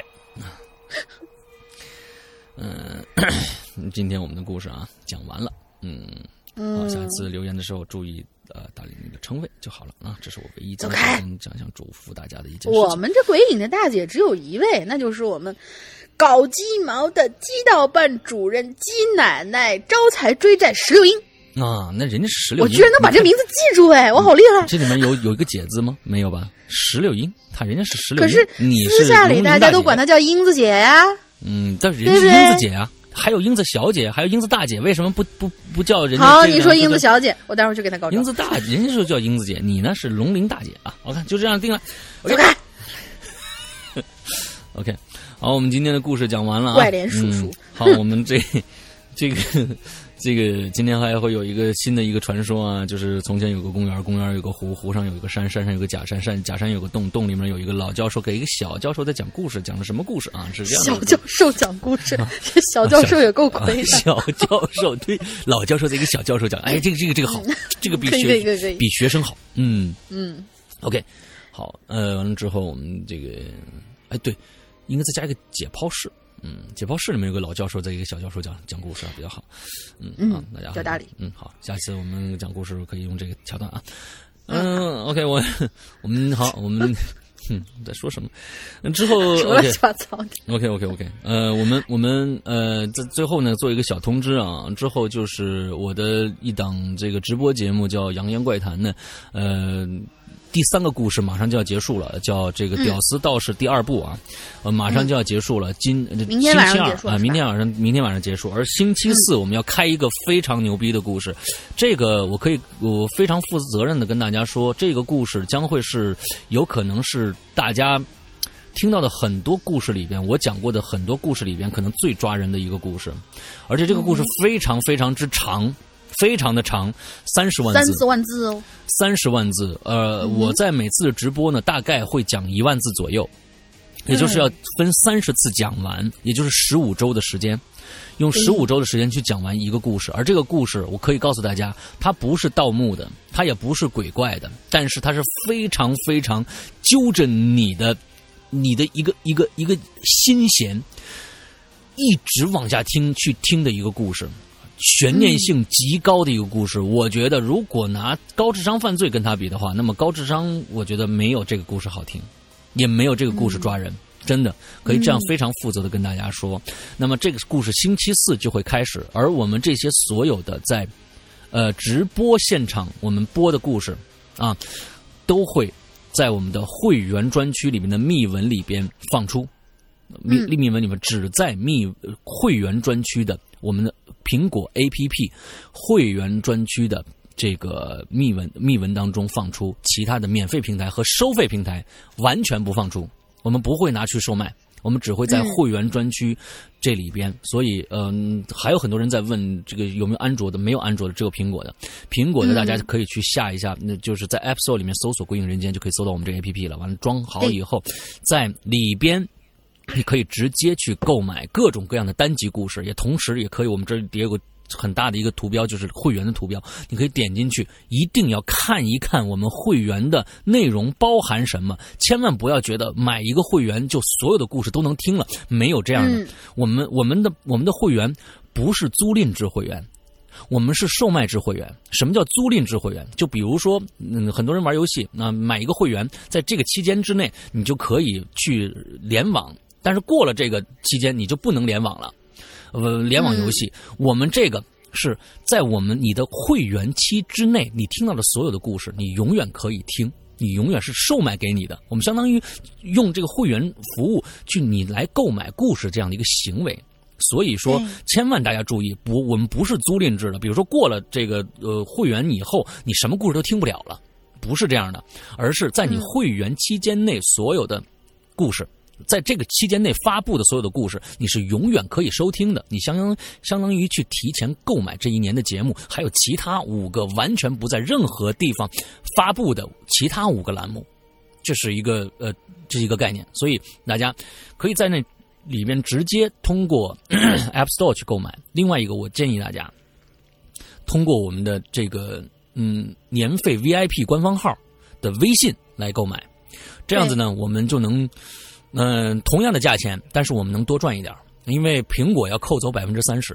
今天我们的故事啊讲完了，好，下次留言的时候注意打理你的称谓就好了啊，这是我唯一今天想祝福大家的一件事情。 我们这鬼影的大姐只有一位，那就是我们搞鸡毛的鸡道办主任鸡奶奶招财追债石榴英啊，那人家是石榴英， 我居然能把这名字记住，我好厉害！ 这里面有一个解字吗？没有吧？石榴英，人家是石榴英， 可是私下里大家都管她叫英子姐呀。 但人家是英子姐啊。还有英子小姐，还有英子大姐，为什么不叫人家？ 好，你说英子小姐，我待会儿就给她告状。 英子大姐，人家就叫英子姐，你呢是龙鳞大姐啊。我看就这样定了。OK， 好，我们今天的故事讲完了啊。 怪脸叔叔。 好，我们这个今天还会有一个新的一个传说啊，就是从前有个公园，公园有个湖，湖上有一个山，山上有个假山，假山有个洞，洞里面有一个老教授给一个小教授在讲故事，讲了什么故事啊？是这样的。 小教授讲故事，这小教授也够亏的。 小教授对老教授的一个小教授讲，哎，这个好，这个比学生好。OK， 好，完了之后我们这个，哎，对，应该再加一个解剖室。解剖室里面有个老教授，在一个小教授讲故事比较好。大家好， 叫大理。 好，下次我们讲故事可以用这个桥段啊。OK， 我们好，我们在说什么？之后什么乱七八糟的。 OK， 我们在最后呢做一个小通知啊，之后就是我的一档这个直播节目叫《扬言怪谈》呢，第3个故事马上就要结束了，叫这个屌丝道士第2部啊，马上就要结束了。 明天晚上结束啊，明天晚上结束。而星期4我们要开一个非常牛逼的故事，这个我非常负责任的跟大家说，这个故事将会是有可能是大家听到的很多故事里边，我讲过的很多故事里边可能最抓人的一个故事，而且这个故事非常非常之长。非常的长，30万字 ，30万字哦 ，30万字。我在每次的直播呢，大概会讲1万字左右，也就是要分30次讲完，也就是15周的时间，用15周的时间去讲完一个故事。而这个故事，我可以告诉大家，它不是盗墓的，它也不是鬼怪的，但是它是非常非常揪着你的一个心弦，一直往下去听的一个故事。悬念性极高的一个故事，我觉得如果拿高智商犯罪跟他比的话，那么高智商我觉得没有这个故事好听，也没有这个故事抓人，真的可以这样非常负责的跟大家说。那么这个故事星期4就会开始，而我们这些所有的在直播现场我们播的故事啊，都会在我们的会员专区里面的密文里边放出。密文里面只在会员专区的我们的苹果 APP 会员专区的这个密文当中放出，其他的免费平台和收费平台完全不放出，我们不会拿去售卖，我们只会在会员专区这里边。所以还有很多人在问这个有没有安卓的，没有安卓的，只有苹果的。苹果的大家可以去下一下，那就是在 App Store 里面搜索鬼影人间就可以搜到我们这个 APP 了。完了装好以后，在里边你可以直接去购买各种各样的单集故事，也同时也可以，我们这里有个很大的一个图标，就是会员的图标，你可以点进去，一定要看一看我们会员的内容包含什么，千万不要觉得买一个会员就所有的故事都能听了，没有这样的。我们的会员不是租赁制会员，我们是售卖制会员。什么叫租赁制会员？就比如说，很多人玩游戏，买一个会员，在这个期间之内，你就可以去联网。但是过了这个期间，你就不能联网了。联网游戏，我们这个是在你的会员期之内，你听到的所有的故事，你永远可以听，你永远是售卖给你的。我们相当于用这个会员服务去你来购买故事这样的一个行为。所以说，千万大家注意，我们不是租赁制的。比如说过了这个会员以后，你什么故事都听不了了，不是这样的，而是在你会员期间内所有的故事。在这个期间内发布的所有的故事，你是永远可以收听的。你相当于去提前购买这一年的节目，还有其他5个完全不在任何地方发布的其他5个栏目，这是一个概念。所以大家可以在那里面直接通过App Store 去购买。另外一个，我建议大家通过我们的这个年费 VIP 官方号的微信来购买，这样子呢，我们就能同样的价钱，但是我们能多赚一点，因为苹果要扣走30%。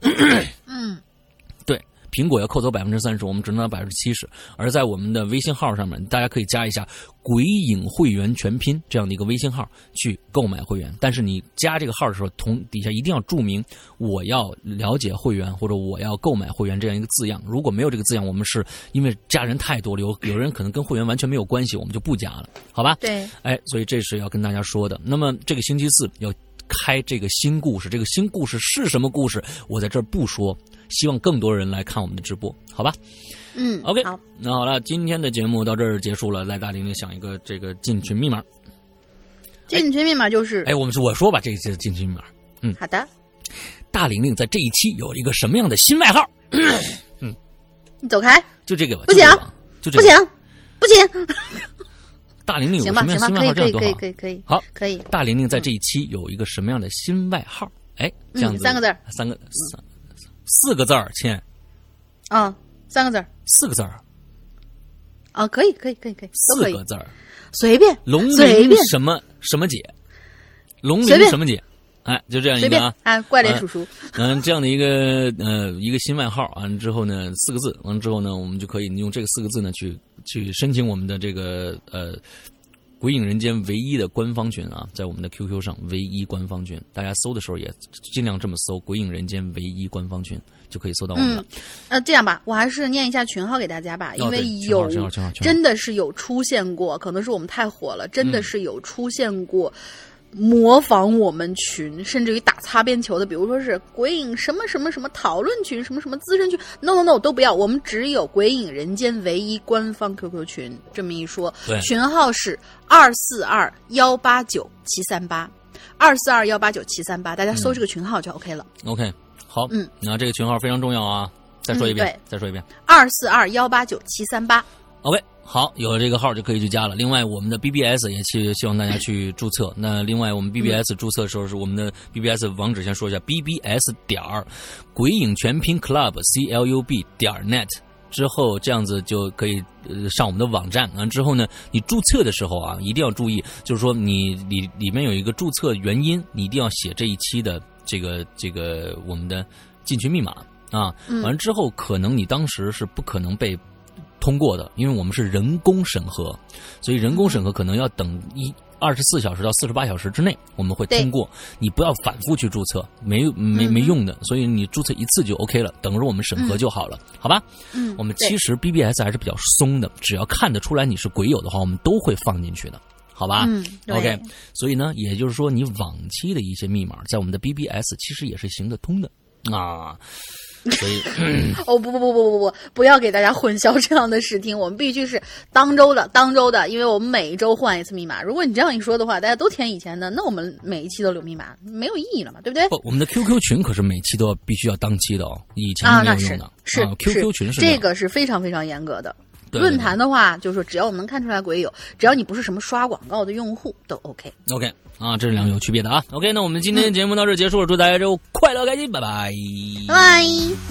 对，苹果要扣走30%，我们只能拿70%。而在我们的微信号上面，大家可以加一下“鬼影会员全拼”这样的一个微信号去购买会员。但是你加这个号的时候，底下一定要注明我要了解会员或者我要购买会员这样一个字样。如果没有这个字样，我们是因为加人太多了，有人可能跟会员完全没有关系，我们就不加了，好吧？ 对， 所以这是要跟大家说的。那么这个星期四要开这个新故事，这个新故事是什么故事？我在这儿不说，希望更多人来看我们的直播，好吧？OK， 好， 那好了，今天的节目到这儿结束了。来，大玲玲想一个这个进群密码。 进群密码就是我说吧，这是进群密码。 好的。 大玲玲在这一期有一个什么样的新外号？ 你走开， 就这个吧， 不行， 就这个， 不行。 大玲玲有什么样的新外号？这样多好， 可以， 好， 可以。 大玲玲在这一期有一个什么样的新外号？这样子 ，3个字 ，4个字儿，亲。 3个字 ，4个字儿。 可以 ，4个字儿， 随便。 龙鳞什么姐？龙鳞什么姐？就这样一个怪脸叔叔。 这样的一个新外号，完了之后呢，4个字，完了之后呢，我们就可以用这个4个字呢去申请我们的这个鬼影人间唯一的官方群啊，在我们的 QQ 上唯一官方群，大家搜的时候也尽量这么搜，鬼影人间唯一官方群就可以搜到我们了。 这样吧，我还是念一下群号给大家吧，因为真的是有出现过，可能是我们太火了，真的是有出现过模仿我们群，甚至于打擦边球的，比如说是鬼影什么什么什么讨论群，什么什么资深群 ，no 都不要，我们只有鬼影人间唯一官方 QQ 群。这么一说，群号是242-189-738，242-189-738，大家搜这个群号就 OK 了。 OK， 好，那这个群号非常重要啊，再说一遍 ，242-189-738。 OK。好，有了这个号就可以去加了。另外，我们的 BBS 也希望大家去注册。那另外，我们 BBS 注册的时候是我们的 BBS 网址，先说一下 BBS 鬼影全拼 Club CLUB.net 之后，这样子就可以上我们的网站。完之后呢，你注册的时候啊，一定要注意，就是说你里面有一个注册原因，你一定要写这一期的这个我们的进群密码啊。完之后，可能你当时是不可能被通过的，因为我们是人工审核，所以人工审核可能要等24小时到48小时之内我们会通过。你不要反复去注册，没用的，所以你注册一次就 OK 了，等着我们审核就好了，好吧？我们其实 BBS 还是比较松的，只要看得出来你是鬼友的话，我们都会放进去的。好吧，OK， 所以呢，也就是说，你往期的一些密码在我们的 BBS 其实也是行得通的啊。所以不要给大家混淆这样的视听，我们必须是当周的，因为我们每一周换一次密码。如果你这样一说的话，大家都填以前的，那我们每一期都留密码，没有意义了嘛，对不对？ 不，我们的 QQ 群可是每期都必须要当期的哦，以前没有用的。 是 QQ 群是这个是非常非常严格的。论坛的话，就是说只要我们能看出来鬼友，只要你不是什么刷广告的用户，都 OK 啊，这是两个有区别的啊。OK， 那我们今天的节目到这儿结束了，祝大家周快乐开心，拜拜， 拜拜。